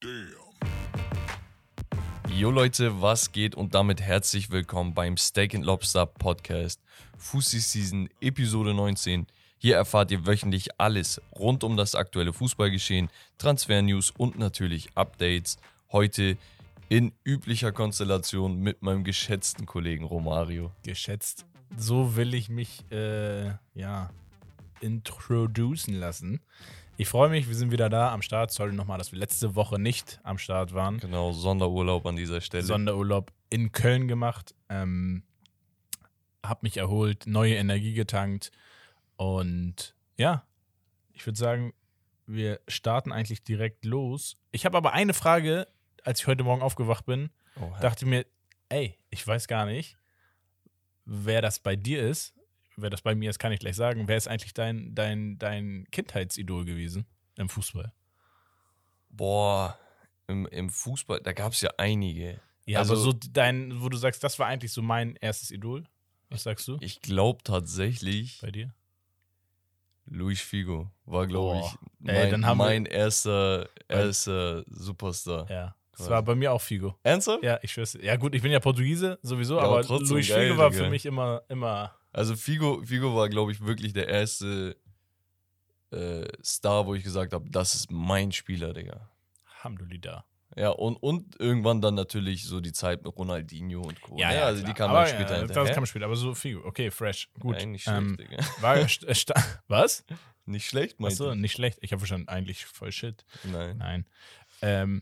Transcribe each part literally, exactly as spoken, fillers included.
Jo Leute, was geht und damit herzlich willkommen beim Steak and Lobster Podcast Fussi Season Episode neunzehn. Hier erfahrt ihr wöchentlich alles rund um das aktuelle Fußballgeschehen, Transfer-News und natürlich Updates. Heute in üblicher Konstellation mit meinem geschätzten Kollegen Romario. Geschätzt. So will ich mich, äh, ja, introducen lassen. Ich freue mich, wir sind wieder da am Start. Sorry nochmal, dass wir letzte Woche nicht am Start waren. Genau, Sonderurlaub an dieser Stelle. Sonderurlaub in Köln gemacht. Ähm, hab mich erholt, neue Energie getankt. Und ja, ich würde sagen, wir starten eigentlich direkt los. Ich habe aber eine Frage, als ich heute Morgen aufgewacht bin. Oha. Dachte mir, ey, ich weiß gar nicht, wer das bei dir ist. Wer das bei mir ist, kann ich gleich sagen. Wer ist eigentlich dein, dein, dein Kindheitsidol gewesen im Fußball? Boah, im, im Fußball, da gab es ja einige. Ja, also, aber so dein, wo du sagst, das war eigentlich so mein erstes Idol. Was sagst du Ich glaube tatsächlich, bei dir? Luis Figo war, glaube Boah. ich, Ey, mein, dann haben wir- mein erster, erster Superstar. Ja. Das Quasi. war bei mir auch Figo. Ernsthaft? Ja, ich schwör's. dir. Ja, gut, ich bin ja Portugiese sowieso, Ja, aber aber trotzdem Luis geil, Figo war Digga. für mich immer, immer. Also Figo, Figo war, glaube ich, wirklich der erste äh, Star, wo ich gesagt habe, das ist mein Spieler, Digga. Alhamdulillah. Ja, und, und irgendwann dann natürlich so die Zeit mit Ronaldinho und Co. Ja, ja, also die klar. kamen aber, dann später ja, hinterher. Das kam später, aber so Figo. Okay, fresh. Gut. Nein, nicht schlecht, ähm, Digga. war, st- st- was? Nicht schlecht, meinst Achso, du? nicht schlecht. Ich habe verstanden, eigentlich voll shit. Nein. Nein. Ähm,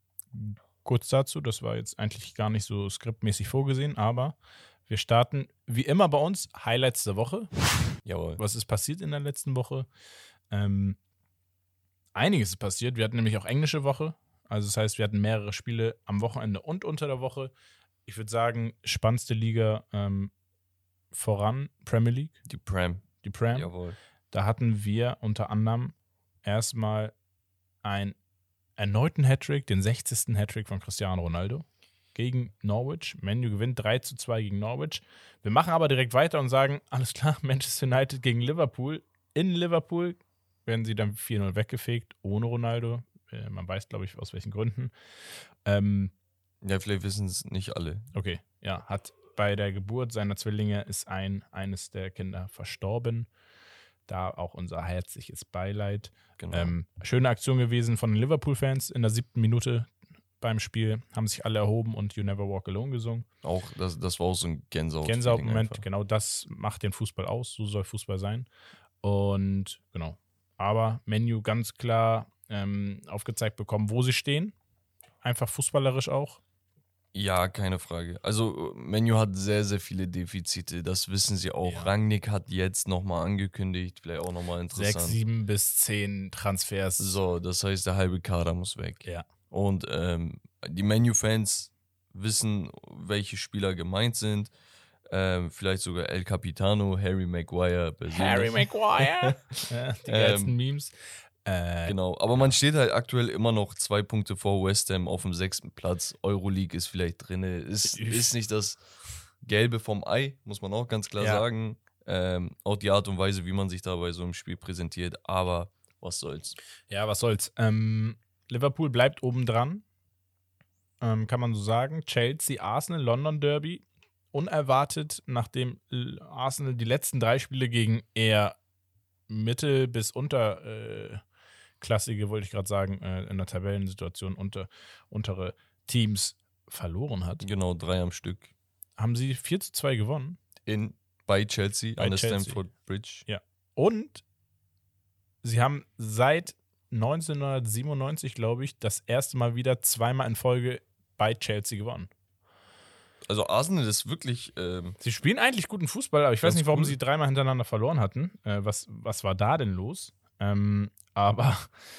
kurz dazu, das war jetzt eigentlich gar nicht so skriptmäßig vorgesehen, aber wir starten wie immer bei uns Highlights der Woche. Jawohl. Was ist passiert in der letzten Woche? Ähm, einiges ist passiert. Wir hatten nämlich auch englische Woche. Also das heißt, wir hatten mehrere Spiele am Wochenende und unter der Woche. Ich würde sagen, spannendste Liga ähm, voran, Premier League, Die Prem. die Prem. Jawohl. Da hatten wir unter anderem erstmal einen erneuten Hattrick, den sechzigsten Hattrick von Cristiano Ronaldo gegen Norwich. Man U gewinnt drei zu zwei gegen Norwich. Wir machen aber direkt weiter und sagen, alles klar, Manchester United gegen Liverpool. In Liverpool werden sie dann vier null weggefegt, ohne Ronaldo. Äh, Man weiß, glaube ich, aus welchen Gründen. Ähm, Ja, vielleicht wissen es nicht alle. okay, ja, hat bei der Geburt seiner Zwillinge ist ein, eines der Kinder verstorben. Da auch unser herzliches Beileid. Genau. Ähm, schöne Aktion gewesen von den Liverpool-Fans in der siebten Minute beim Spiel. Haben sich alle erhoben und You Never Walk Alone gesungen. auch, das, das war auch so ein Gänsehaut. Gänsehaut-Moment, genau das macht den Fußball aus. So soll Fußball sein. Und genau. Aber Man U ganz klar ähm, aufgezeigt bekommen, wo sie stehen. Einfach fußballerisch auch. Ja, keine Frage. Also Man U hat sehr, sehr viele Defizite, das wissen sie auch. Ja. Rangnick hat jetzt nochmal angekündigt, vielleicht auch nochmal interessant. Sechs, sieben bis zehn Transfers. So, das heißt, der halbe Kader muss weg. Ja. Und ähm, die Man U-Fans wissen, welche Spieler gemeint sind. Ähm, vielleicht sogar El Capitano, Harry Maguire. persönlich. Harry Maguire. ja, die geilsten Ähm, Memes. Äh, Genau, aber man steht halt aktuell immer noch zwei Punkte vor West Ham auf dem sechsten Platz. Euroleague ist vielleicht drin. Ist, ist nicht das Gelbe vom Ei, muss man auch ganz klar Ja. sagen. Ähm, auch die Art und Weise, wie man sich dabei so im Spiel präsentiert. Aber was soll's. Ja, was soll's. Ähm, Liverpool bleibt oben dran. Ähm, kann man so sagen. Chelsea, Arsenal, London Derby. Unerwartet, nachdem L- Arsenal die letzten drei Spiele gegen eher mittel- bis unterklassige, wollte ich gerade sagen, äh, in der Tabellensituation unter, untere Teams verloren hat, Genau, drei am Stück. haben sie vier zu zwei gewonnen. In, bei Chelsea Bei an der Chelsea. Stamford Bridge. Und sie haben seit neunzehnhundertsiebenundneunzig, glaube ich, das erste Mal wieder zweimal in Folge bei Chelsea gewonnen. Also Arsenal ist wirklich, ähm, Sie spielen eigentlich guten Fußball, aber ich weiß Ganz nicht, warum cool. sie dreimal hintereinander verloren hatten. Äh, was, was war da denn los? Ähm, aber,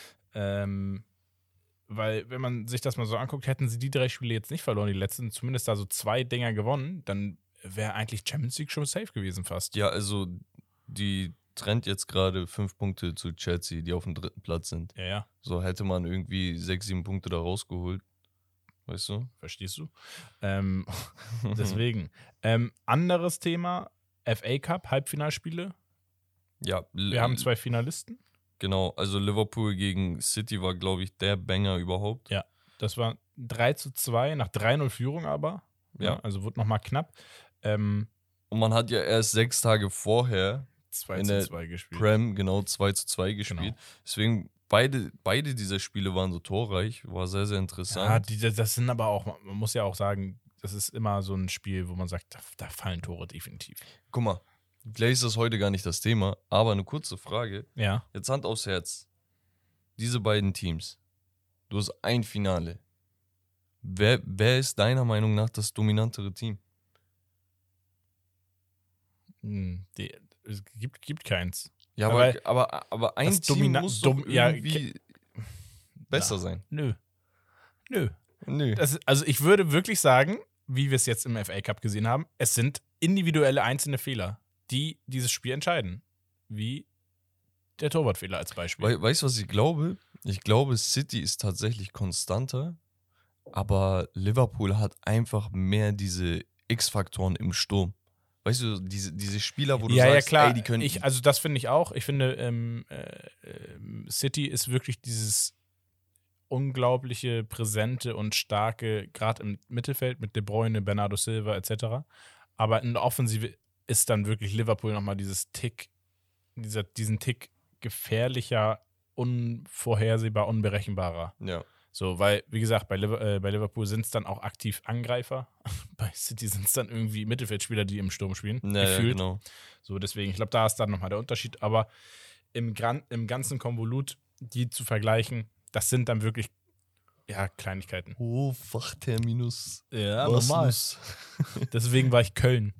ähm, weil, wenn man sich das mal so anguckt, hätten sie die drei Spiele jetzt nicht verloren, die letzten, zumindest da so zwei Dinger gewonnen, dann wäre eigentlich Champions League schon safe gewesen fast. ja, also die trennt jetzt gerade fünf Punkte zu Chelsea, die auf dem dritten Platz sind. Ja, ja, So hätte man irgendwie sechs, sieben Punkte da rausgeholt. Weißt du? verstehst du? Ähm, deswegen. Ähm, anderes Thema, F A Cup, Halbfinalspiele. Ja, Wir haben zwei Finalisten. Genau, also Liverpool gegen City war, glaube ich, der Banger überhaupt. Ja. Das war drei zu zwei, nach drei null Führung aber. Ja. Ja, also wurde nochmal knapp. Ähm, Und man hat ja erst sechs Tage vorher zwei in zu der zwei gespielt. Prem genau zwei zu zwei gespielt. Genau. Deswegen, beide, beide dieser Spiele waren so torreich. War sehr, sehr Ja, interessant. die, das sind aber auch, man muss ja auch sagen, das ist immer so ein Spiel, wo man sagt, da, da fallen Tore definitiv. Guck mal, vielleicht ist das heute gar nicht das Thema, aber eine kurze Frage. Ja. Jetzt Hand aufs Herz. Diese beiden Teams. Du hast ein Finale. Wer, wer ist deiner Meinung nach das dominantere Team? Hm, Die, es gibt, gibt keins. Ja, aber, Aber aber, aber ein das Team Domina- muss doch Dom- ja, irgendwie besser Ja. sein. Nö. Nö. Nö. Das, also ich würde wirklich sagen, wie wir es jetzt im F A Cup gesehen haben, es sind individuelle einzelne Fehler, die dieses Spiel entscheiden. Wie der Torwartfehler als Beispiel. We weißt du, was ich glaube? Ich glaube, City ist tatsächlich konstanter, aber Liverpool hat einfach mehr diese X-Faktoren im Sturm. Weißt du, diese, diese Spieler, wo du ja, sagst, ja, klar. ey, die können. Ich, also das finde ich auch. Ich finde, ähm, äh, ähm, City ist wirklich dieses unglaubliche, präsente und starke, gerade im Mittelfeld mit De Bruyne, Bernardo Silva et cetera. Aber in der Offensive ist dann wirklich Liverpool nochmal dieses Tick, dieser, diesen Tick gefährlicher, unvorhersehbar, unberechenbarer. ja. So, weil, wie gesagt, bei, Liver äh, bei Liverpool sind es dann auch aktiv Angreifer. Bei City sind es dann irgendwie Mittelfeldspieler, die im Sturm spielen. Ja, ja, gefühlt. genau. So, deswegen, ich glaube, da ist dann nochmal der Unterschied. Aber im, Gran im ganzen Konvolut, die zu vergleichen, das sind dann wirklich, ja, Kleinigkeiten. Oh, Fachterminus. Ja, Was normal. muss- Deswegen war ich Köln.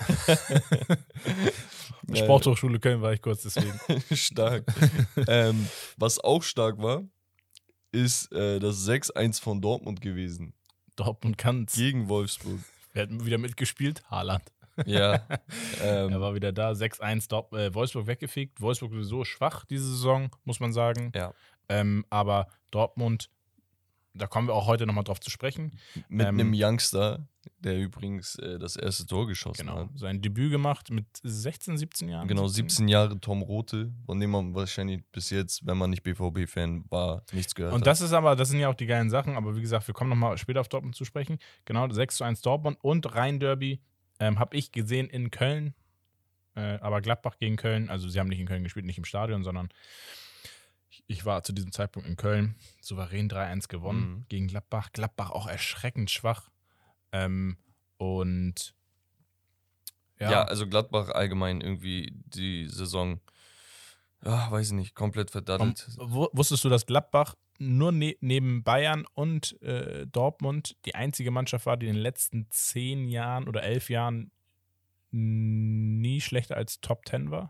Ja, Sporthochschule Köln war ich kurz, deswegen. stark. ähm, was auch stark war, ist äh, das sechs eins von Dortmund gewesen. Dortmund kann's. Gegen Wolfsburg. Wer hat wieder mitgespielt? Haaland. Ja. Er Ähm, war wieder da, sechs eins Dort äh, Wolfsburg weggefegt. Wolfsburg sowieso schwach diese Saison, muss man sagen. ja. Ähm, aber Dortmund, da kommen wir auch heute nochmal drauf zu sprechen. Mit Ähm, einem Youngster, der übrigens äh, das erste Tor geschossen Genau, hat. sein Debüt gemacht mit sechzehn, siebzehn Jahren. Genau, siebzehn Jahre Tom Rote, von dem man wahrscheinlich bis jetzt, wenn man nicht B V B-Fan war, nichts gehört Und hat. das ist aber, das sind ja auch die geilen Sachen, aber wie gesagt, wir kommen nochmal später auf Dortmund zu sprechen. Genau, sechs zu eins Dortmund und Rhein-Derby ähm, habe ich gesehen in Köln, äh, aber Gladbach gegen Köln, also sie haben nicht in Köln gespielt, nicht im Stadion, sondern ich, ich war zu diesem Zeitpunkt in Köln, souverän drei eins gewonnen Mhm. gegen Gladbach. Gladbach auch erschreckend schwach. Ähm, und ja. ja, also Gladbach allgemein irgendwie die Saison, ja, weiß ich nicht, komplett verdattelt. W- Wusstest du, dass Gladbach nur ne neben Bayern und äh, Dortmund die einzige Mannschaft war, die in den letzten zehn Jahren oder elf Jahren nie schlechter als Top Ten war?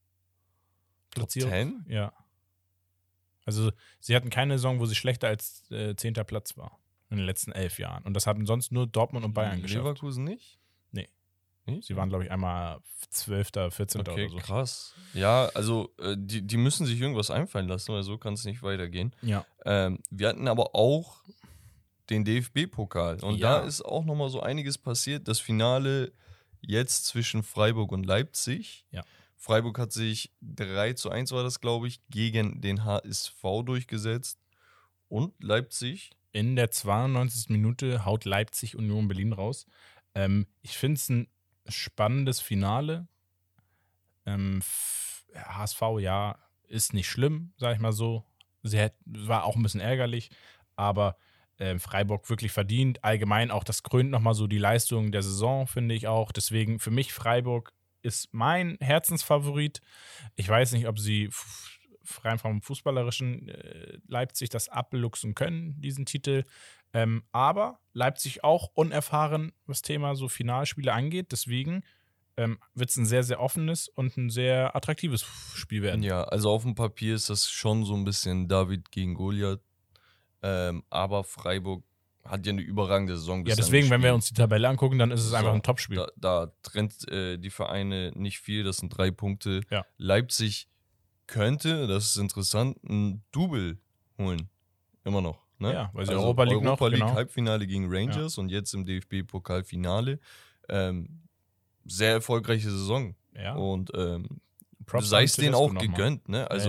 Top Platzierung? zehn? Ja. Also sie hatten keine Saison, wo sie schlechter als äh, zehnter Platz war in den letzten elf Jahren. Und das hatten sonst nur Dortmund und Bayern geschafft. Leverkusen nicht? Nee. Nicht? Sie waren, glaube ich, einmal zwölfter, vierzehnter Okay, oder so. krass. Ja, also äh, die, die müssen sich irgendwas einfallen lassen, weil so kann es nicht weitergehen. Ja. Ähm, wir hatten aber auch den D F B-Pokal. Und Ja. da ist auch nochmal so einiges passiert. Das Finale jetzt zwischen Freiburg und Leipzig. Ja. Freiburg hat sich drei zu eins, war das, glaube ich, gegen den H S V durchgesetzt. Und Leipzig. In der zweiundneunzigsten Minute haut Leipzig Union Berlin raus. Ähm, ich finde es ein spannendes Finale. Ähm, f- H S V, ja, ist nicht schlimm, sag ich mal so. Sie hätt, war auch ein bisschen ärgerlich, aber ähm, Freiburg wirklich verdient. Allgemein auch das krönt nochmal so die Leistung der Saison, finde ich auch. Deswegen für mich Freiburg ist mein Herzensfavorit. Ich weiß nicht, ob sie f- rein vom Fußballerischen äh, Leipzig das abluchsen können, diesen Titel. Ähm, aber Leipzig auch unerfahren, was Thema so Finalspiele angeht. Deswegen ähm, wird es ein sehr, sehr offenes und ein sehr attraktives Spiel werden. Ja, also auf dem Papier ist das schon so ein bisschen David gegen Goliath. Ähm, aber Freiburg hat ja eine überragende Saison Ja, bislang deswegen, wenn wir gespielt. uns die Tabelle angucken, dann ist es einfach So, ein Topspiel. Da, da trennt äh, die Vereine nicht viel, das sind drei Punkte. Ja. Leipzig könnte, das ist interessant, ein Double holen. Immer noch. Ne? Ja, weil sie also Europa League noch, Europa League genau. Halbfinale gegen Rangers und jetzt im D F B-Pokalfinale. Ähm, sehr erfolgreiche Saison. Ja, Und ähm, Props sei es an denen Tedesco auch nochmal. gegönnt. Ne? Also ja, ja.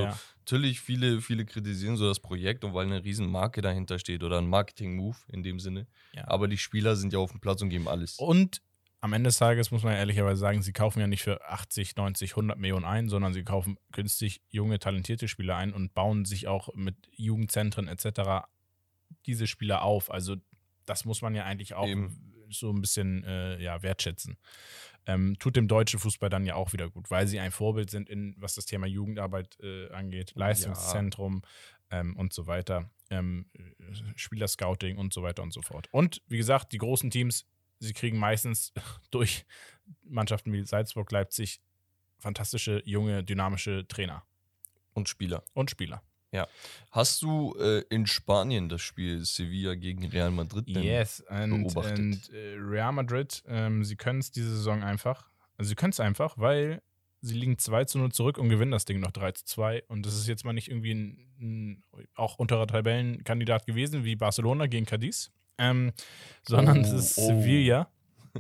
natürlich, viele, viele kritisieren so das Projekt und weil eine riesen Marke dahinter steht oder ein Marketing-Move in dem Sinne. Ja. Aber die Spieler sind ja auf dem Platz und geben alles. Und am Ende des Tages muss man ja ehrlicherweise sagen, sie kaufen ja nicht für achtzig, neunzig, hundert Millionen ein, sondern sie kaufen günstig junge, talentierte Spieler ein und bauen sich auch mit Jugendzentren et cetera diese Spieler auf. Also das muss man ja eigentlich auch Eben. so ein bisschen äh, ja, wertschätzen. Ähm, tut dem deutschen Fußball dann ja auch wieder gut, weil sie ein Vorbild sind, in was das Thema Jugendarbeit äh, angeht, Leistungszentrum ja. ähm, und so weiter, ähm, Spielerscouting und so weiter und so fort. Und wie gesagt, die großen Teams, sie kriegen meistens durch Mannschaften wie Salzburg, Leipzig fantastische, junge, dynamische Trainer. Und Spieler. Und Spieler. Ja. Hast du äh, in Spanien das Spiel Sevilla gegen Real Madrid denn yes, and, beobachtet? Und äh, Real Madrid, ähm, sie können es diese Saison einfach. Also sie können es einfach, weil sie liegen zwei zu null zurück und gewinnen das Ding noch drei zu zwei. Und das ist jetzt mal nicht irgendwie ein, ein auch unterer Tabellenkandidat gewesen wie Barcelona gegen Cadiz, ähm, sondern Oh, es ist oh. Sevilla.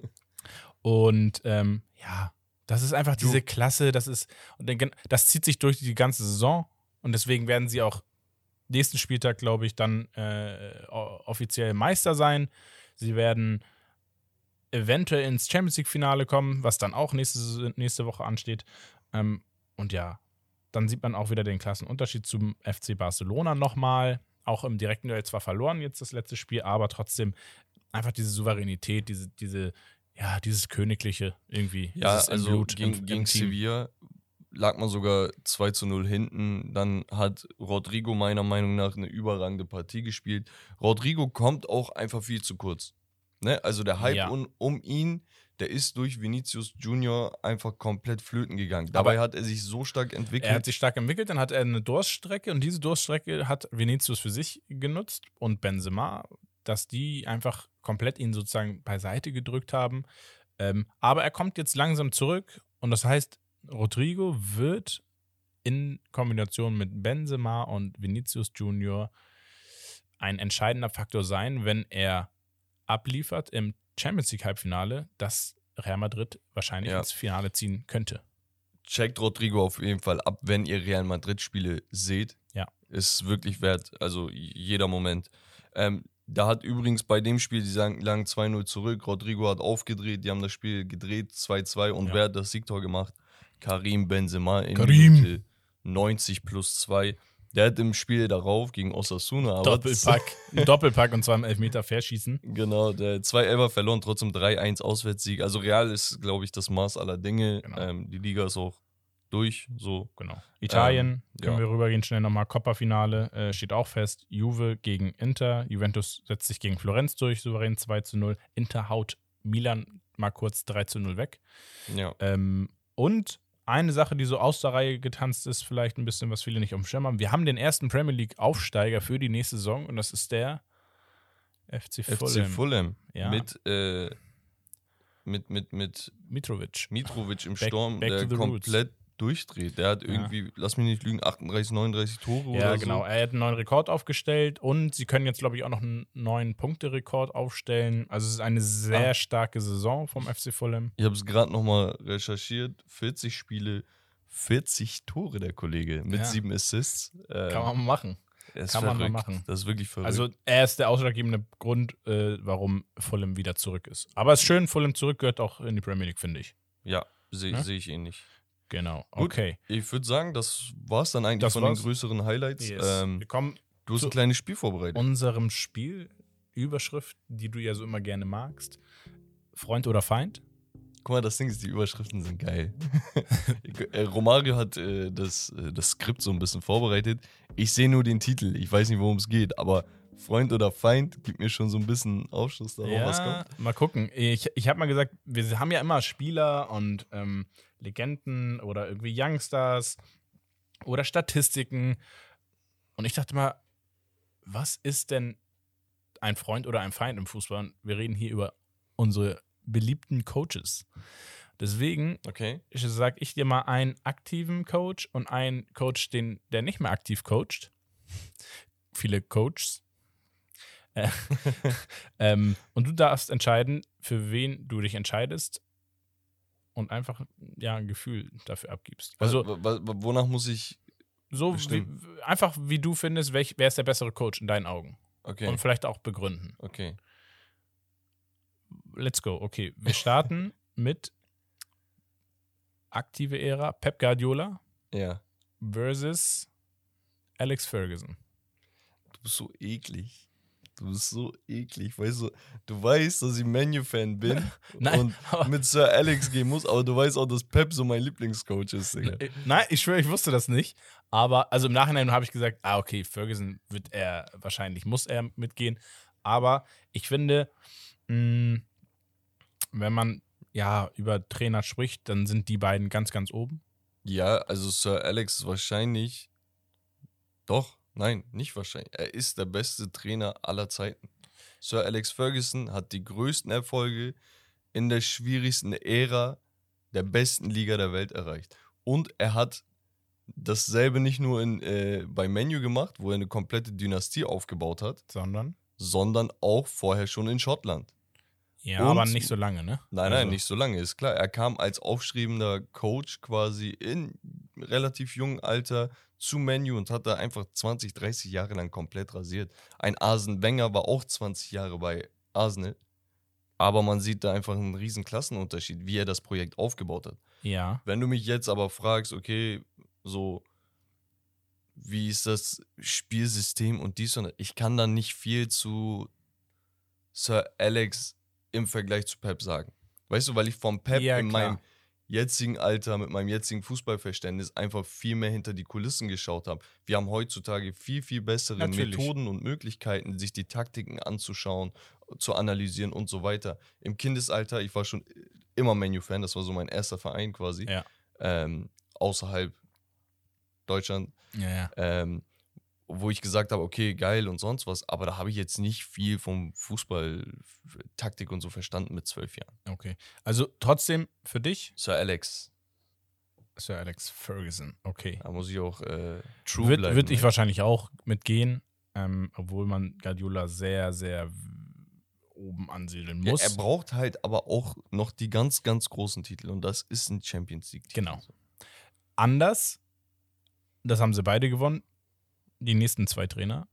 Und ähm, ja, das ist einfach diese Du- Klasse, das ist, und dann, das zieht sich durch die ganze Saison. Und deswegen werden sie auch nächsten Spieltag, glaube ich, dann äh, o- offiziell Meister sein. Sie werden eventuell ins Champions League-Finale kommen, was dann auch nächste, nächste Woche ansteht. Ähm, und ja, dann sieht man auch wieder den Klassenunterschied zum F C Barcelona nochmal. Auch im direkten Duell zwar verloren jetzt das letzte Spiel, aber trotzdem einfach diese Souveränität, diese, diese, ja, dieses Königliche irgendwie. Ja, ist es im also Blut, gegen, im, im gegen Team. Sevilla lag man sogar zwei zu null hinten. Dann hat Rodrigo meiner Meinung nach eine überragende Partie gespielt. Rodrigo kommt auch einfach viel zu kurz. Ne? Also der Hype Ja. um, um ihn, der ist durch Vinicius Junior einfach komplett flöten gegangen. Dabei Aber hat er sich so stark entwickelt. Er hat sich stark entwickelt, dann hat er eine Durststrecke und diese Durststrecke hat Vinicius für sich genutzt und Benzema, dass die einfach komplett ihn sozusagen beiseite gedrückt haben. Ähm, aber er kommt jetzt langsam zurück und das heißt, Rodrigo wird in Kombination mit Benzema und Vinicius Junior ein entscheidender Faktor sein, wenn er abliefert im Champions League Halbfinale, dass Real Madrid wahrscheinlich Ja. ins Finale ziehen könnte. Checkt Rodrigo auf jeden Fall ab, wenn ihr Real Madrid-Spiele seht. Ja. Ist wirklich wert, also jeder Moment. Ähm, da hat übrigens bei dem Spiel, die sagen, lagen zwei null zurück, Rodrigo hat aufgedreht, die haben das Spiel gedreht, zwei zwei und Ja. wer hat das Siegtor gemacht? Karim Benzema in Karim. Minute neunzig plus zwei. Der hat im Spiel darauf gegen Osasuna, aber Doppelpack, Doppelpack und zwar im Elfmeter verschießen. genau, der zwei elfer verloren, trotzdem drei eins Auswärtssieg. Also Real ist, glaube ich, das Maß aller Dinge. Genau. Ähm, die Liga ist auch durch, so. Genau. Italien, Ähm, können ja. wir rübergehen, schnell nochmal. Coppa-Finale äh, steht auch fest. Juve gegen Inter. Juventus setzt sich gegen Florenz durch, souverän zwei zu null. Inter haut Milan mal kurz drei zu null weg. Ja. Ähm, und eine Sache, die so aus der Reihe getanzt ist, vielleicht ein bisschen, was viele nicht auf dem Schirm haben. Wir haben den ersten Premier League-Aufsteiger für die nächste Saison und das ist der F C Fulham. F C Fulham Ja. mit, äh, mit, mit, mit Mitrovic. Mitrovic im Back- Sturm, back to der the komplett durchdreht. Der hat Ja. irgendwie, lass mich nicht lügen, achtunddreißig, neununddreißig Tore Ja, oder genau. so. Er hat einen neuen Rekord aufgestellt und sie können jetzt, glaube ich, auch noch einen neuen Punkterekord aufstellen. Also es ist eine sehr Ah. starke Saison vom F C Fulham. Ich habe es gerade nochmal recherchiert. vierzig Spiele, vierzig Tore der Kollege mit Ja. sieben Assists. Ähm, Kann man mal machen. er ist kann man mal verrückt. machen. Das ist wirklich verrückt. Also er ist der ausschlaggebende Grund, äh, warum Fulham wieder zurück ist. Aber es ist schön, Fulham zurück gehört auch in die Premier League, finde ich. ja, sehe Ne? seh ich ähnlich. Genau. Gut. Okay. Ich würde sagen, das war es dann eigentlich Das von war's. den größeren Highlights. Yes. Ähm, Wir kommen du hast zu ein kleines Spiel vorbereitet. unserem Spiel. Überschrift, die du ja so immer gerne magst. Freund oder Feind? Guck mal, das Ding ist, die Überschriften sind geil. äh, Romario hat äh, das, äh, das Skript so ein bisschen vorbereitet. Ich sehe nur den Titel. Ich weiß nicht, worum es geht, aber Freund oder Feind gibt mir schon so ein bisschen Aufschluss darauf, was kommt. Mal gucken. Ich, ich habe mal gesagt, wir haben ja immer Spieler und ähm, Legenden oder irgendwie Youngsters oder Statistiken. Und ich dachte mal, was ist denn ein Freund oder ein Feind im Fußball? Und wir reden hier über unsere beliebten Coaches. Deswegen Okay. sage ich dir mal einen aktiven Coach und einen Coach, den, der nicht mehr aktiv coacht. Viele Coaches. Äh, ähm, und du darfst entscheiden, für wen du dich entscheidest und einfach ja, ein Gefühl dafür abgibst. Also, Also, wonach muss ich So wie, bestimmen? einfach wie du findest, welch, wer ist der bessere Coach in deinen Augen? Okay. Und vielleicht auch begründen. Okay. Let's go. Okay, wir starten mit aktive Ära Pep Guardiola Ja. versus Alex Ferguson. Du bist so eklig. Du bist so eklig. Weißt du, du weißt, dass ich Man-U-Fan bin Nein, und mit Sir Alex gehen muss, aber du weißt auch, dass Pep so mein Lieblingscoach ist, Digga. Nein, ich schwöre, ich wusste das nicht. Aber also im Nachhinein habe ich gesagt, ah, okay, Ferguson wird er wahrscheinlich, muss er mitgehen. Aber ich finde, mh, wenn man ja über Trainer spricht, dann sind die beiden ganz, ganz oben. Ja, also Sir Alex ist wahrscheinlich. Doch, nein, nicht wahrscheinlich. Er ist der beste Trainer aller Zeiten. Sir Alex Ferguson hat die größten Erfolge in der schwierigsten Ära der besten Liga der Welt erreicht. Und er hat dasselbe nicht nur in, äh, bei Man U gemacht, wo er eine komplette Dynastie aufgebaut hat, Sondern? sondern auch vorher schon in Schottland. Ja, Und- aber nicht so lange, ne? Nein, Also- nein, nicht so lange, ist klar. Er kam als aufstrebender Coach quasi in relativ jungem Alter zu Man U und hat da einfach zwanzig, dreißig Jahre lang komplett rasiert. Ein Arsene Wenger war auch zwanzig Jahre bei Arsenal, aber man sieht da einfach einen riesen Klassenunterschied, wie er das Projekt aufgebaut hat. Ja. Wenn du mich jetzt aber fragst, okay, so, wie ist das Spielsystem und dies und das, ich kann da nicht viel zu Sir Alex im Vergleich zu Pep sagen. Weißt du, weil ich vom Pep Ja, in klar. meinem jetzigen Alter, mit meinem jetzigen Fußballverständnis einfach viel mehr hinter die Kulissen geschaut habe. Wir haben heutzutage viel, viel bessere Natürlich. Methoden und Möglichkeiten, sich die Taktiken anzuschauen, zu analysieren und so weiter. Im Kindesalter, ich war schon immer Man U-Fan, das war so mein erster Verein quasi, Ja. ähm, außerhalb Deutschland, Ja, ja. ähm, wo ich gesagt habe, okay, geil und sonst was, aber da habe ich jetzt nicht viel vom Fußball, Taktik und so verstanden mit zwölf Jahren. Okay. Also trotzdem für dich, Sir Alex, Sir Alex Ferguson. Okay. da muss ich auch äh, true Wird, bleiben. wird ich ne? wahrscheinlich auch mitgehen, ähm, obwohl man Guardiola sehr, sehr oben ansiedeln Ja, muss. er braucht halt aber auch noch die ganz, ganz großen Titel und das ist ein Champions League-Titel. Genau. Anders, das haben sie beide gewonnen, die nächsten zwei Trainer.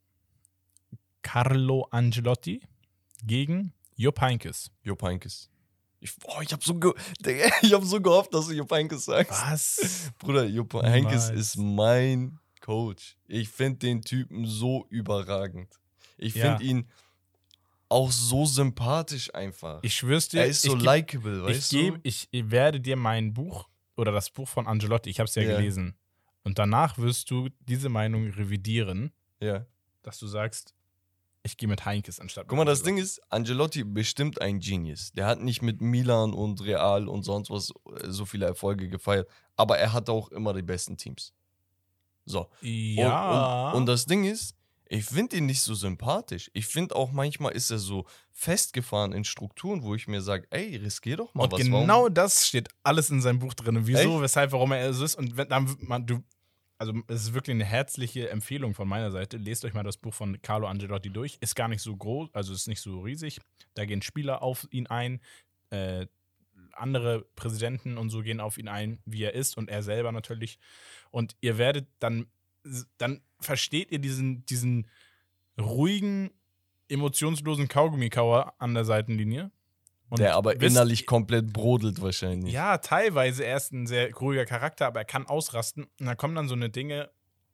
Carlo Ancelotti gegen Jupp Heynckes. Jupp Heynckes. Ich, oh, ich habe so, ge Digga, ich hab so gehofft, dass du Jupp Heynckes sagst. Was? Bruder, Jupp Niemals. Heynckes ist mein Coach. Ich finde den Typen so überragend. Ich Ja. finde ihn auch so sympathisch einfach. Ich schwör's dir, er ist so ich, geb, likable, ich, weißt geb, du? ich werde dir mein Buch oder das Buch von Ancelotti, ich habe es ja, Ja. gelesen, und danach wirst du diese Meinung revidieren, Ja. dass du sagst, ich gehe mit Heynckes anstatt Guck mal, mit das Ding ist, Ancelotti bestimmt ein Genius. Der hat nicht mit Milan und Real und sonst was äh, so viele Erfolge gefeiert, aber er hat auch immer die besten Teams. So. Ja. Und, und, und das Ding ist, ich finde ihn nicht so sympathisch. Ich finde auch manchmal ist er so festgefahren in Strukturen, wo ich mir sage, ey, riskier doch mal Und was. genau warum? das steht alles in seinem Buch drin. Wieso, Echt? weshalb, warum er es ist. Und wenn dann man, du, also es ist wirklich eine herzliche Empfehlung von meiner Seite. Lest euch mal das Buch von Carlo Ancelotti durch. Ist gar nicht so groß, also ist nicht so riesig. Da gehen Spieler auf ihn ein, äh, andere Präsidenten und so gehen auf ihn ein, wie er ist und er selber natürlich. Und ihr werdet dann, dann versteht ihr diesen, diesen ruhigen, emotionslosen Kaugummikauer an der Seitenlinie. Und Der aber wisst- innerlich komplett brodelt wahrscheinlich. Ja, teilweise. Er ist ein sehr ruhiger Charakter, aber er kann ausrasten. Und da kommen dann so eine Dinge,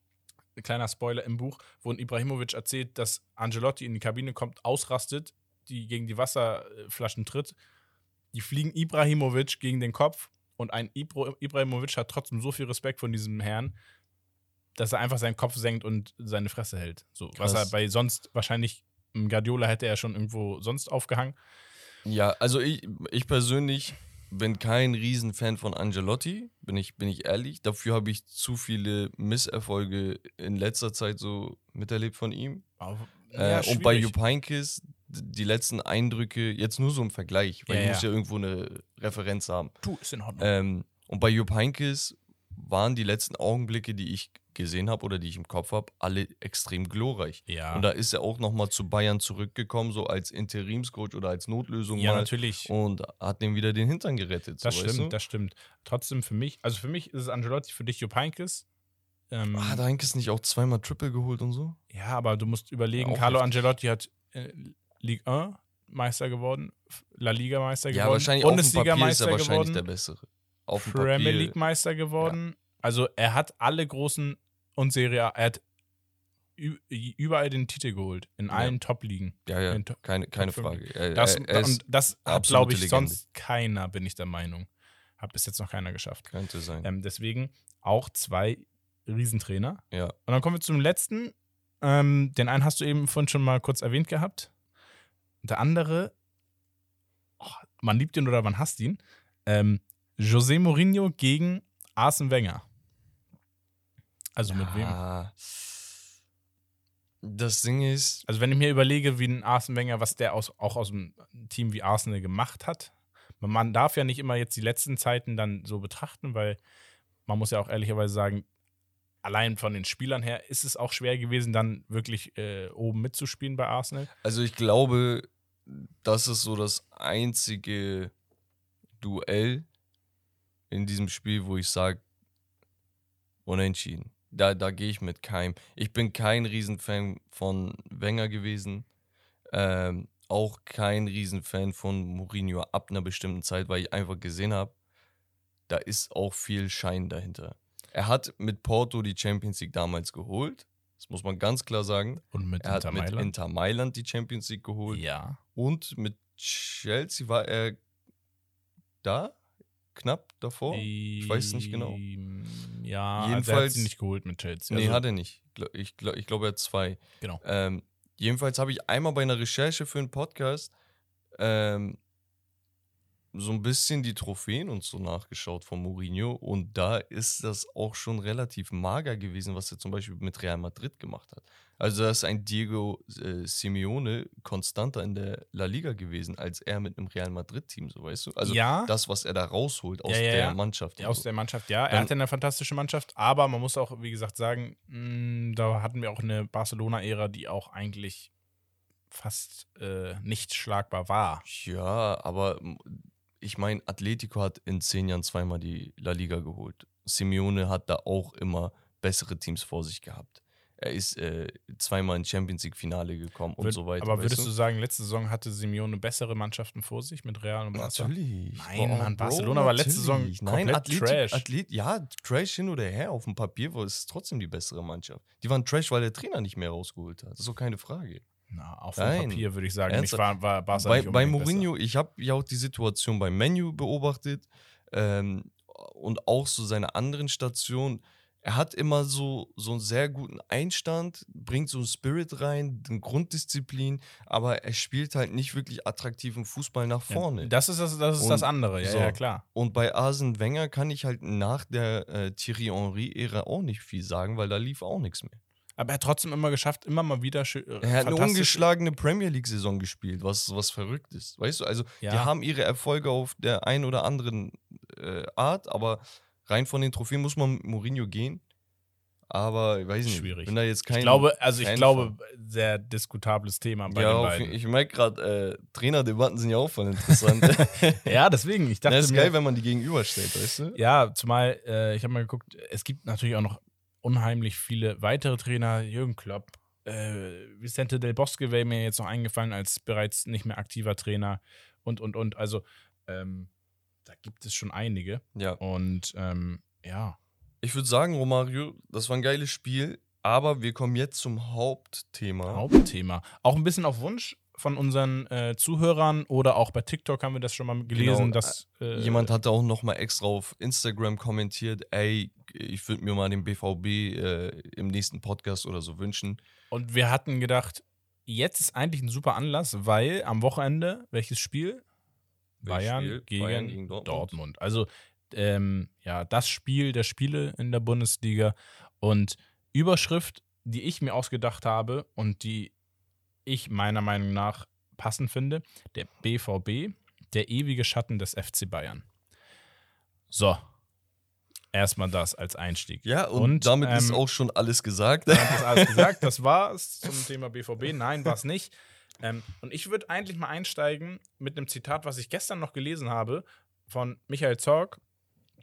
ein kleiner Spoiler im Buch, wo ein Ibrahimovic erzählt, dass Ancelotti in die Kabine kommt, ausrastet, die gegen die Wasserflaschen tritt. Die fliegen Ibrahimovic gegen den Kopf und ein Ibra Ibrahimovic hat trotzdem so viel Respekt von diesem Herrn, dass er einfach seinen Kopf senkt und seine Fresse hält. So, was Krass. er bei sonst wahrscheinlich, im Guardiola hätte er schon irgendwo sonst aufgehangen. Ja, also ich, ich persönlich bin kein Riesenfan von Ancelotti, bin ich, bin ich ehrlich. Dafür habe ich zu viele Misserfolge in letzter Zeit so miterlebt von ihm. Äh, und bei Jupp Heynckes, die letzten Eindrücke, jetzt nur so im Vergleich, weil Ja, ich ja. muss ja irgendwo eine Referenz haben. Du, ist in Ordnung. Ähm, und bei Jupp Heynckes waren die letzten Augenblicke, die ich gesehen habe oder die ich im Kopf habe, alle extrem glorreich. ja. Und da ist er auch nochmal zu Bayern zurückgekommen, so als Interimscoach oder als Notlösung ja, mal. natürlich. Und hat dem wieder den Hintern gerettet. Das so, stimmt, weißt du? das stimmt. Trotzdem für mich, also für mich ist es Ancelotti, für dich Jupp Heynckes. Ähm, Ah, hat Heinkes nicht auch zweimal Triple geholt und so? ja, aber du musst überlegen, Ja, auch Carlo heftig. Ancelotti hat äh, Ligue eins Meister geworden, La Liga Meister Ja, geworden, wahrscheinlich auf dem Bundesliga Papier ist er Meister wahrscheinlich geworden, der Bessere. Auf dem Premier Papier, League Meister geworden. Also er hat alle großen und Serie A, er hat ü- überall den Titel geholt, in Ja. allen Top-Ligen. ja, ja, In to- keine, keine Top fünf. Frage. Er, Das, er, er ist, und das hat, absolute glaube ich, Legende. sonst keiner, bin ich der Meinung. Hat bis jetzt noch keiner geschafft. könnte sein. Ähm, deswegen auch zwei Riesentrainer. Ja. Und dann kommen wir zum letzten. Ähm, den einen hast du eben vorhin schon mal kurz erwähnt gehabt. Der andere, oh, man liebt ihn oder man hasst ihn. Ähm, José Mourinho gegen Arsene Wenger. Also mit wem? Ah. Das Ding ist, Also wenn ich mir überlege, wie ein Arsene Wenger, was der aus, auch aus einem Team wie Arsenal gemacht hat. Man darf ja nicht immer jetzt die letzten Zeiten dann so betrachten, weil man muss ja auch ehrlicherweise sagen, allein von den Spielern her ist es auch schwer gewesen, dann wirklich äh, oben mitzuspielen bei Arsenal. also ich glaube, das ist so das einzige Duell in diesem Spiel, wo ich sage, unentschieden. Da, da gehe ich mit keinem. Ich bin kein Riesenfan von Wenger gewesen. Ähm, auch kein Riesenfan von Mourinho ab einer bestimmten Zeit, weil ich einfach gesehen habe, da ist auch viel Schein dahinter. Er hat mit Porto die Champions League damals geholt. Das muss man ganz klar sagen. Und mit Er hat Inter mit Mailand. Inter Mailand die Champions League geholt. Ja. Und mit Chelsea war er da? Knapp davor? Ich weiß es nicht genau. Ja, Jedenfalls- also er hat sie nicht geholt mit Chelsea. Nee, Also, hat er nicht. Gla- Ich, gla- ich glaube, er hat zwei. Genau. Ähm, jedenfalls habe ich einmal bei einer Recherche für einen Podcast ähm, so ein bisschen die Trophäen und so nachgeschaut von Mourinho und da ist das auch schon relativ mager gewesen, was er zum Beispiel mit Real Madrid gemacht hat. Also da ist ein Diego äh, Simeone konstanter in der La Liga gewesen, als er mit einem Real Madrid-Team, so weißt du? Also ja, das, was er da rausholt aus Ja, ja, der ja. Mannschaft. und aus so. der Mannschaft, ja. Er Dann- hatte eine fantastische Mannschaft, aber man muss auch, wie gesagt, sagen, mh, da hatten wir auch eine Barcelona-Ära, die auch eigentlich fast äh, nicht schlagbar war. Ja, aber m, ich meine, Atletico hat in zehn Jahren zweimal die La Liga geholt. Simeone hat da auch immer bessere Teams vor sich gehabt. Er ist äh, zweimal ins Champions League-Finale gekommen und Würd- so weiter. Aber weißt würdest du sagen, letzte Saison hatte Simeone bessere Mannschaften vor sich mit Real und Barca? Natürlich. Nein, Boah, Mann, Bro, Barcelona war letzte Saison natürlich. Nein, komplett Athletic, Trash. Athlet, ja, Trash hin oder her. Auf dem Papier war es trotzdem die bessere Mannschaft. Die waren Trash, weil der Trainer nicht mehr rausgeholt hat. Das ist doch keine Frage. Na, auf dem Nein. Papier würde ich sagen, nicht Ernsthaft? war, war Barca Bei, nicht bei unbedingt Mourinho, ich habe ja auch die Situation beim Menu beobachtet ähm, und auch so seine anderen Stationen. Er hat immer so, so einen sehr guten Einstand, bringt so einen Spirit rein, eine Grunddisziplin, aber er spielt halt nicht wirklich attraktiven Fußball nach besser. vorne. Ja, das ist das, das, ist Und das andere, ja, so. ja, klar. Und bei Arsene Wenger kann ich halt nach der äh, Thierry Henry-Ära auch nicht viel sagen, weil da lief auch nichts mehr. Aber er hat trotzdem immer geschafft, immer mal wieder schön. Er hat eine ungeschlagene Premier League-Saison gespielt, was, was verrückt ist. Weißt du, also Ja. die haben ihre Erfolge auf der einen oder anderen äh, Art, aber rein von den Trophäen muss man mit Mourinho gehen. Aber ich weiß nicht, Schwierig. bin da jetzt kein Ich glaube, also ich Fan glaube, sehr diskutables Thema bei ja, den auf, beiden. ich merke gerade, äh, Trainerdebatten sind ja auch voll interessant. Ja, deswegen, ich dachte Das ist mir, geil, wenn man die gegenüberstellt, weißt du? ja, zumal, äh, ich habe mal geguckt, es gibt natürlich auch noch unheimlich viele weitere Trainer, Jürgen Klopp, äh, Vicente Del Bosque wäre mir jetzt noch eingefallen als bereits nicht mehr aktiver Trainer und, und, und, also ähm, da gibt es schon einige Ja. und ähm, ja, Ich würde sagen, Romario, das war ein geiles Spiel, aber wir kommen jetzt zum Hauptthema. Hauptthema. Auch ein bisschen auf Wunsch von unseren äh, Zuhörern oder auch bei TikTok haben wir das schon mal gelesen, Genau, dass äh, Jemand hatte auch noch mal extra auf Instagram kommentiert, ey, ich würde mir mal den B V B äh, im nächsten Podcast oder so wünschen. und wir hatten gedacht, jetzt ist eigentlich ein super Anlass, weil am Wochenende, welches Spiel? Welches Bayern, Spiel? Gegen, Bayern gegen Dortmund. Dortmund. Also ähm, ja, das Spiel der Spiele in der Bundesliga und Überschrift, die ich mir ausgedacht habe und die ich meiner Meinung nach passend finde, der B V B, der ewige Schatten des F C Bayern. So, erstmal das als Einstieg. Ja, und, Und, damit ist ähm, auch schon alles gesagt. Damit ist alles gesagt. Das war's zum Thema B V B. Nein, war es nicht. Ähm, und ich würde eigentlich mal einsteigen mit einem Zitat, was ich gestern noch gelesen habe, von Michael Zorc.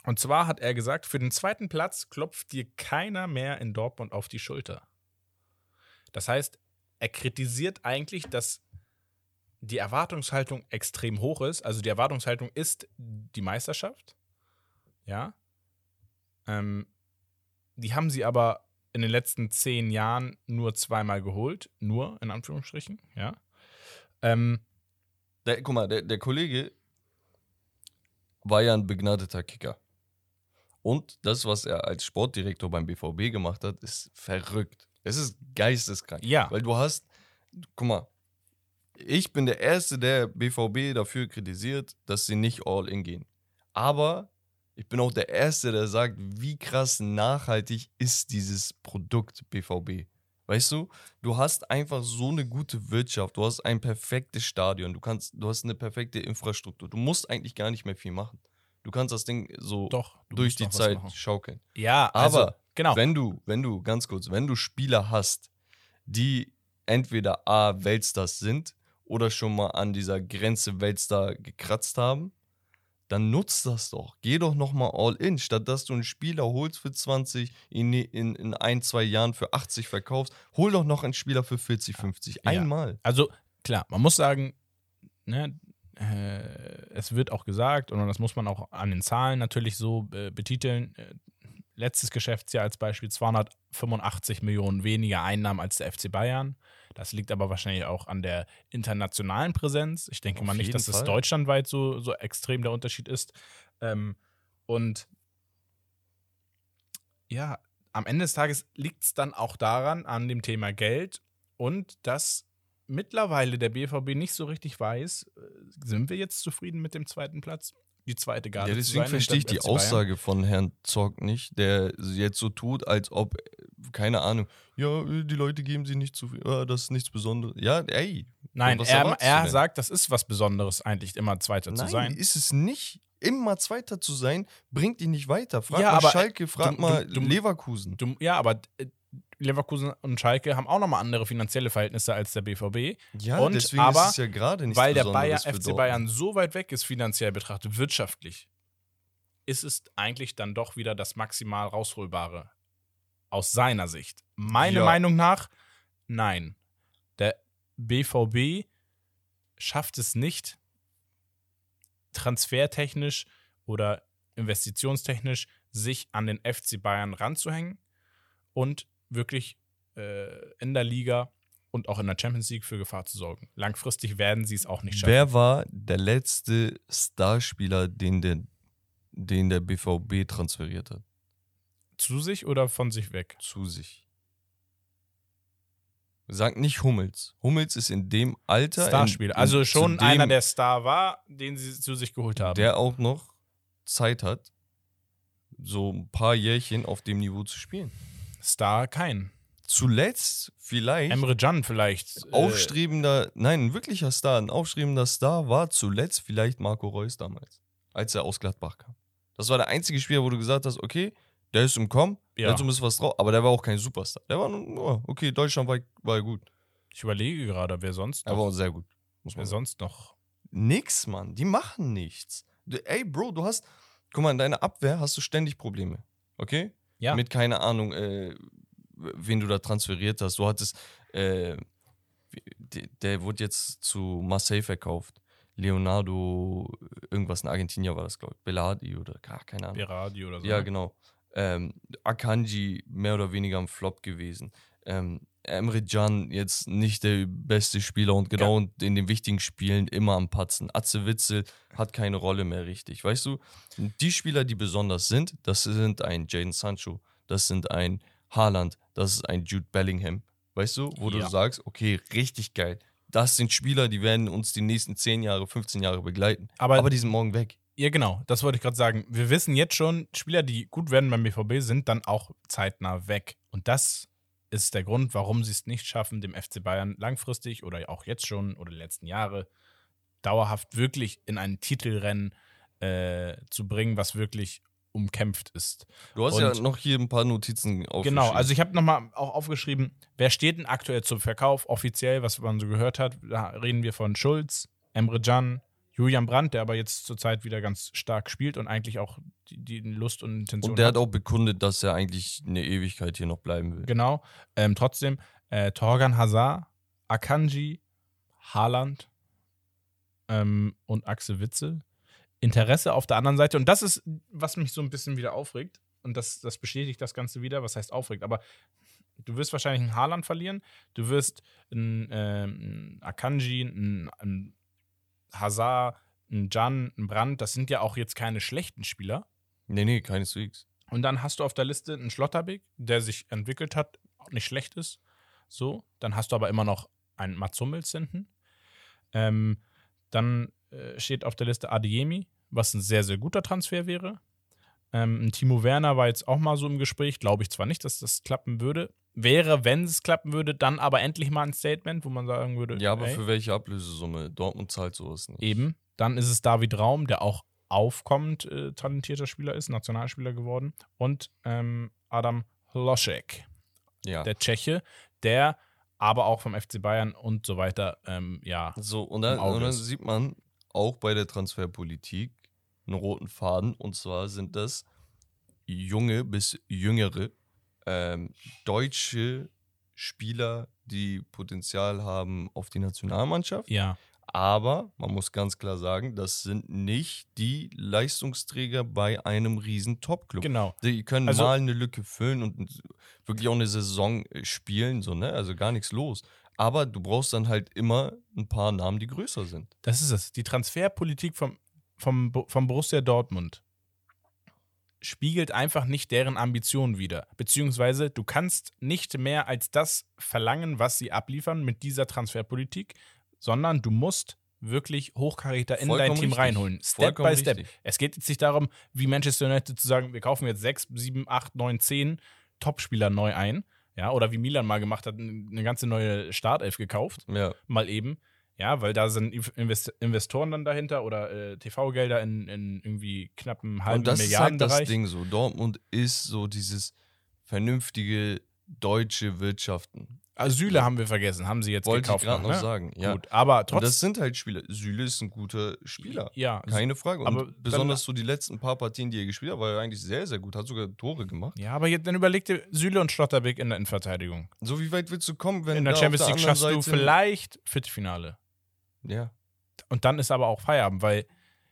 Und zwar hat er gesagt, für den zweiten Platz klopft dir keiner mehr in Dortmund auf die Schulter. Das heißt, er kritisiert eigentlich, dass die Erwartungshaltung extrem hoch ist. Also die Erwartungshaltung ist die Meisterschaft. Ja. Ähm, die haben sie aber in den letzten zehn Jahren nur zweimal geholt. Nur, in Anführungsstrichen, ja. Ähm, Der, guck mal, der, der Kollege war ja ein begnadeter Kicker. Und das, was er als Sportdirektor beim B V B gemacht hat, ist verrückt. Es ist geisteskrank. Ja. Weil du hast, guck mal, ich bin der Erste, der B V B dafür kritisiert, dass sie nicht all in gehen. Aber ich bin auch der Erste, der sagt, wie krass nachhaltig ist dieses Produkt B V B. Weißt du, du hast einfach so eine gute Wirtschaft, du hast ein perfektes Stadion, du kannst, du hast eine perfekte Infrastruktur. Du musst eigentlich gar nicht mehr viel machen. Du kannst das Ding so Doch, du durch musst die noch was Zeit machen. schaukeln. Ja, Aber also, genau. wenn du, wenn du, ganz kurz, wenn du Spieler hast, die entweder A, Weltstars sind oder schon mal an dieser Grenze Weltstar gekratzt haben, dann nutzt das doch. Geh doch nochmal all in, statt dass du einen Spieler holst für zwanzig, in, in, in ein, zwei Jahren für achtzig verkaufst, hol doch noch einen Spieler für vierzig, fünfzig. Ja. Einmal. Also, klar, man muss sagen, ne, äh, es wird auch gesagt, und das muss man auch an den Zahlen natürlich so äh, betiteln, äh, letztes Geschäftsjahr als Beispiel zweihundertfünfundachtzig Millionen weniger Einnahmen als der F C Bayern. Das liegt aber wahrscheinlich auch an der internationalen Präsenz. Ich denke Auf mal nicht, jeden dass es Fall. deutschlandweit so, so extrem der Unterschied ist. Ähm, und ja, am Ende des Tages liegt es dann auch daran, an dem Thema Geld und dass mittlerweile der B V B nicht so richtig weiß, äh, sind wir jetzt zufrieden mit dem zweiten Platz? Die zweite Garde Ja, zu deswegen sein verstehe ich hinter dem die F C Bayern? Aussage von Herrn Zorc nicht, der jetzt so tut, als ob, keine Ahnung, ja, die Leute geben sie nicht zu viel, ja, das ist nichts Besonderes. Ja, ey. Nein, was er, erwartest du er denn? sagt, das ist was Besonderes eigentlich, immer Zweiter zu Nein, sein. ist es nicht. Immer Zweiter zu sein, bringt dich nicht weiter. Frag Ja, mal aber, Schalke, frag du- mal du- du- Leverkusen. Du, ja, aber äh, Leverkusen und Schalke haben auch nochmal andere finanzielle Verhältnisse als der B V B. Ja, und, deswegen aber ist es ja gerade nichts weil der Besonderes Bayer, für F C Dortmund. Bayern so weit weg ist, finanziell betrachtet, wirtschaftlich, ist es eigentlich dann doch wieder das maximal rausholbare. Aus seiner Sicht. Meine Ja. Meinung nach, nein. Der B V B schafft es nicht, transfertechnisch oder investitionstechnisch sich an den F C Bayern ranzuhängen und wirklich äh, in der Liga und auch in der Champions League für Gefahr zu sorgen. Langfristig werden sie es auch nicht schaffen. Wer war der letzte Starspieler, den der, den der B V B transferiert hat? Zu sich oder von sich weg? Zu sich. Sag nicht Hummels. Hummels ist in dem Alter. Starspieler. in- in- Also schon zu dem, einer, der Star war, den sie zu sich geholt haben. der auch noch Zeit hat, so ein paar Jährchen auf dem Niveau zu spielen. Star kein. Zuletzt vielleicht Emre Can vielleicht. äh, aufstrebender, nein, ein wirklicher Star, ein aufstrebender Star war zuletzt vielleicht Marco Reus damals, als er aus Gladbach kam. Das war der einzige Spieler, wo du gesagt hast, okay, der ist im Kommen, der Ja. hat so ein bisschen was drauf, aber der war auch kein Superstar. Der war nur, okay, Deutschland war, war gut. Ich überlege gerade, wer sonst Er noch. war auch sehr gut. Muss man Wer sagen. sonst noch? Nix, Mann, die machen nichts. Du, ey, Bro, du hast, guck mal, in deiner Abwehr hast du ständig Probleme, okay? Ja. Mit, keine Ahnung, äh, wen du da transferiert hast. Du hattest, äh, der, der wurde jetzt zu Marseille verkauft. Leonardo, irgendwas in Argentinien war das, glaube ich. Bellardi oder gar keine Ahnung. Berardi oder so. Ja, ne? genau. Ähm, Akanji mehr oder weniger ein Flop gewesen. Ähm, Emre Can jetzt nicht der beste Spieler und genau in den wichtigen Spielen immer am Patzen. Atze Witzel hat keine Rolle mehr richtig, weißt du? Die Spieler, die besonders sind, das sind ein Jadon Sancho, das sind ein Haaland, das ist ein Jude Bellingham, weißt du? Wo Ja. du sagst, okay, richtig geil. Das sind Spieler, die werden uns die nächsten zehn Jahre, fünfzehn Jahre begleiten. Aber- Aber die sind morgen weg. Ja, genau. Das wollte ich gerade sagen. Wir wissen jetzt schon, Spieler, die gut werden beim B V B, sind dann auch zeitnah weg. Und das ist der Grund, warum sie es nicht schaffen, dem F C Bayern langfristig oder auch jetzt schon oder die letzten Jahre dauerhaft wirklich in ein Titelrennen äh, zu bringen, was wirklich umkämpft ist. Du hast Und- ja noch hier ein paar Notizen aufgeschrieben. Genau, also ich habe nochmal auch aufgeschrieben, wer steht denn aktuell zum Verkauf offiziell, was man so gehört hat. Da reden wir von Schulz, Emre Can, Julian Brandt, der aber jetzt zurzeit wieder ganz stark spielt und eigentlich auch die, die Lust und Intention Und der hat. hat auch bekundet, dass er eigentlich eine Ewigkeit hier noch bleiben will. Genau. Ähm, trotzdem, äh, Torgan Hazard, Akanji, Haaland ähm, und Axel Witsel. Interesse auf der anderen Seite. Und das ist, was mich so ein bisschen wieder aufregt. Und das, das bestätigt das Ganze wieder. Was heißt aufregt? Aber du wirst wahrscheinlich einen Haaland verlieren. Du wirst einen, äh, einen Akanji, einen, einen Hazard, einen Can, einen Brandt. Das sind ja auch jetzt keine schlechten Spieler. Nee, nee, keineswegs. Und dann hast du auf der Liste einen Schlotterbeck, der sich entwickelt hat, auch nicht schlecht ist. So, dann hast du aber immer noch einen Mats Hummels hinten. Ähm, dann äh, steht auf der Liste Adeyemi, was ein sehr, sehr guter Transfer wäre. Ähm, ein Timo Werner war jetzt auch mal so im Gespräch. Glaube ich zwar nicht, dass das klappen würde. Wäre, wenn es klappen würde, dann aber endlich mal ein Statement, wo man sagen würde, Ja, aber ey, für welche Ablösesumme? Dortmund zahlt sowas nicht. eben. Dann ist es David Raum, der auch aufkommend äh, talentierter Spieler ist, Nationalspieler geworden. Und ähm, Adam Hlošek, Ja. der Tscheche, der aber auch vom F C Bayern und so weiter, ähm, ja. So, und dann, im Auge und dann ist. sieht man auch bei der Transferpolitik einen roten Faden. Und zwar sind das junge bis jüngere ähm, deutsche Spieler, die Potenzial haben auf die Nationalmannschaft. Ja, Aber man muss ganz klar sagen, das sind nicht die Leistungsträger bei einem riesen Top-Club. genau. Die können Also- mal eine Lücke füllen und wirklich auch eine Saison äh, spielen, so, ne? Also gar nichts los. Aber du brauchst dann halt immer ein paar Namen, die größer sind. Das ist es. Die Transferpolitik vom, vom, Bo- vom Borussia Dortmund spiegelt einfach nicht deren Ambitionen wider. Beziehungsweise du kannst nicht mehr als das verlangen, was sie abliefern mit dieser Transferpolitik, sondern du musst wirklich Hochkaräter in dein Vollkommen Team richtig. reinholen. Step Vollkommen by Step. richtig. Es geht jetzt nicht darum, wie Manchester United zu sagen, wir kaufen jetzt sechs, sieben, acht, neun, zehn Topspieler neu ein. Ja, oder wie Milan mal gemacht hat, eine ganze neue Startelf gekauft. Ja. Mal eben. Ja, weil da sind Invest Investoren dann dahinter oder äh, T V-Gelder in, in irgendwie knappen halben Und das ist halt das Milliardenbereich. Ding so. Dortmund ist so dieses vernünftige deutsche Wirtschaften. Asyle haben wir vergessen, haben sie jetzt Wollte ich gekauft. gerade noch ne? sagen. Ja. Gut, aber Und trotzdem. das sind halt Spieler. Süle ist ein guter Spieler. Ja, Keine Frage. Und aber dann- besonders so die letzten paar Partien, die er gespielt hat, war er eigentlich sehr, sehr gut. Hat sogar Tore gemacht. ja, aber jetzt, dann überleg dir Süle und Schlotterbeck in der Innenverteidigung. So, wie weit willst du kommen, wenn In der da Champions auf der League anderen schaffst du Seite- vielleicht Viertelfinale. Ja. Und dann ist aber auch Feierabend, weil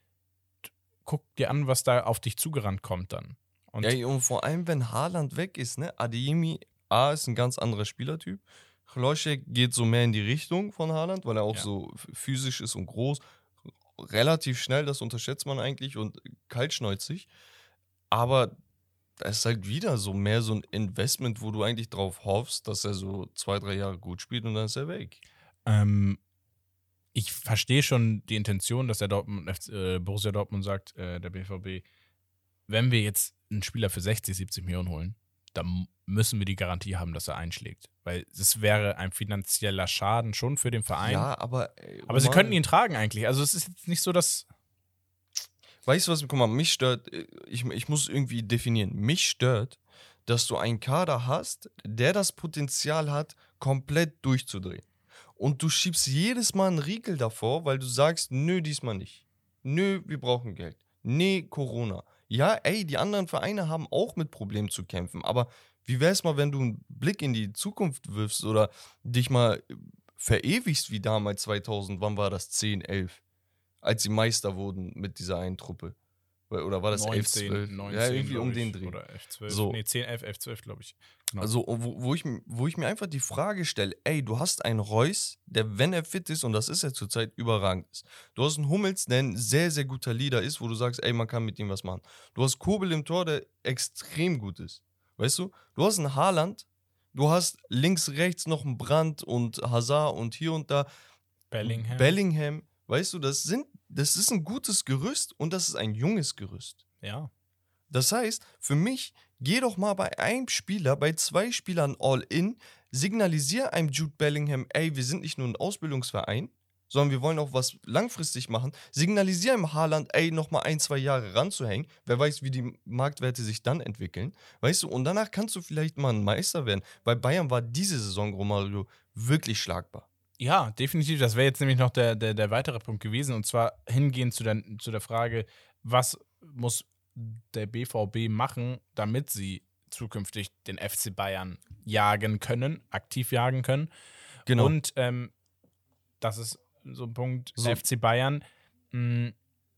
t- guck dir an, was da auf dich zugerannt kommt dann. Und Ja, und vor allem, wenn Haaland weg ist, ne? Adeyemi, A, ist ein ganz anderer Spielertyp. Hlošek geht so mehr in die Richtung von Haaland, weil er auch Ja. so f- physisch ist und groß. Relativ schnell, das unterschätzt man eigentlich und kaltschnäuzig. Aber das ist halt wieder so mehr so ein Investment, wo du eigentlich drauf hoffst, dass er so zwei, drei Jahre gut spielt und dann ist er weg. Ähm, ich verstehe schon die Intention, dass der Dortmund, äh, Borussia Dortmund sagt, äh, der B V B, wenn wir jetzt einen Spieler für sechzig, siebzig Millionen holen, dann müssen wir die Garantie haben, dass er einschlägt. Weil es wäre ein finanzieller Schaden schon für den Verein. Ja, aber. Ey, aber sie Roman, könnten ihn tragen eigentlich. Also es ist jetzt nicht so, dass. Weißt du was, guck mal, mich stört, äh, ich, ich muss irgendwie definieren, mich stört, dass du einen Kader hast, der das Potenzial hat, komplett durchzudrehen. Und du schiebst jedes Mal einen Riegel davor, weil du sagst, nö, diesmal nicht. Nö, wir brauchen Geld. Nee, Corona. Ja, ey, die anderen Vereine haben auch mit Problemen zu kämpfen, aber wie wär's mal, wenn du einen Blick in die Zukunft wirfst oder dich mal verewigst wie damals zweitausend, wann war das, zehn, elf? Als sie Meister wurden mit dieser einen Truppe. Oder war das elf, zwölf? Ja, irgendwie um den Dreh. Oder elf, zwölf. So. Nee, zehn, elf, elf, zwölf, glaube ich. Genau. Also, wo, wo, ich, wo ich mir einfach die Frage stelle, ey, du hast einen Reus, der, wenn er fit ist, und das ist er zurzeit, überragend ist. Du hast einen Hummels, der ein sehr, sehr guter Leader ist, wo du sagst, ey, man kann mit ihm was machen. Du hast Kobel im Tor, der extrem gut ist. Weißt du? Du hast einen Haaland, du hast links, rechts noch einen Brandt und Hazard und hier und da. Bellingham. Bellingham. Weißt du, das, sind, das ist ein gutes Gerüst und das ist ein junges Gerüst. Ja. Das heißt, für mich, geh doch mal bei einem Spieler, bei zwei Spielern all in, signalisier einem Jude Bellingham, ey, wir sind nicht nur ein Ausbildungsverein, sondern wir wollen auch was langfristig machen. Signalisier im Haaland, ey, nochmal ein, zwei Jahre ranzuhängen. Wer weiß, wie die Marktwerte sich dann entwickeln. Weißt du, und danach kannst du vielleicht mal ein Meister werden. Bei Bayern war diese Saison, Romario, wirklich schlagbar. Ja, definitiv. Das wäre jetzt nämlich noch der, der, der weitere Punkt gewesen. Und zwar hingehend zu der, zu der Frage, was muss der B V B machen, damit sie zukünftig den F C Bayern jagen können, aktiv jagen können. Genau. Und ähm, das ist so ein Punkt, So. F C Bayern mh,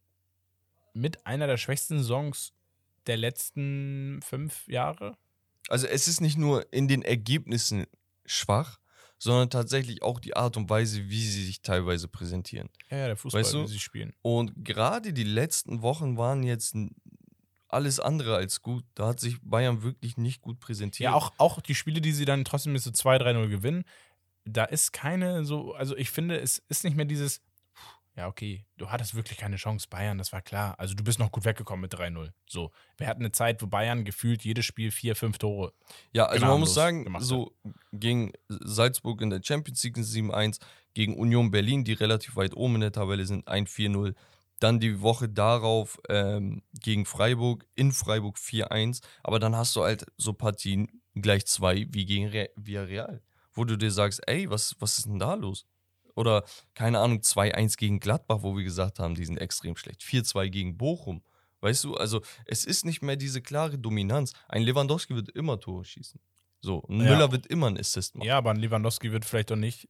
mit einer der schwächsten Saisons der letzten fünf Jahre. Also es ist nicht nur in den Ergebnissen schwach, sondern tatsächlich auch die Art und Weise, wie sie sich teilweise präsentieren. Ja, ja, der Fußball, Weißt du? den sie spielen. Und gerade die letzten Wochen waren jetzt n- alles andere als gut. Da hat sich Bayern wirklich nicht gut präsentiert. Ja, auch, auch die Spiele, die sie dann trotzdem mit so zwei drei null gewinnen, da ist keine so, also ich finde, es ist nicht mehr dieses, ja, okay, du hattest wirklich keine Chance, Bayern, das war klar. Also du bist noch gut weggekommen mit drei null. So, wir hatten eine Zeit, wo Bayern gefühlt jedes Spiel vier, fünf Tore. Ja, also man muss gnadenlos sagen, gemacht so gegen Salzburg in der Champions League sieben eins, gegen Union Berlin, die relativ weit oben in der Tabelle sind, ein vier null. Dann die Woche darauf ähm, gegen Freiburg, in Freiburg vier eins. Aber dann hast du halt so Partien gleich zwei wie gegen Re- Villarreal, wo du dir sagst, ey, was, was ist denn da los? Oder, keine Ahnung, zwei eins gegen Gladbach, wo wir gesagt haben, die sind extrem schlecht. vier zwei gegen Bochum. Weißt du, also es ist nicht mehr diese klare Dominanz. Ein Lewandowski wird immer Tore schießen. So, ein Ja. Müller wird immer einen Assist machen. Ja, aber ein Lewandowski wird vielleicht doch nicht,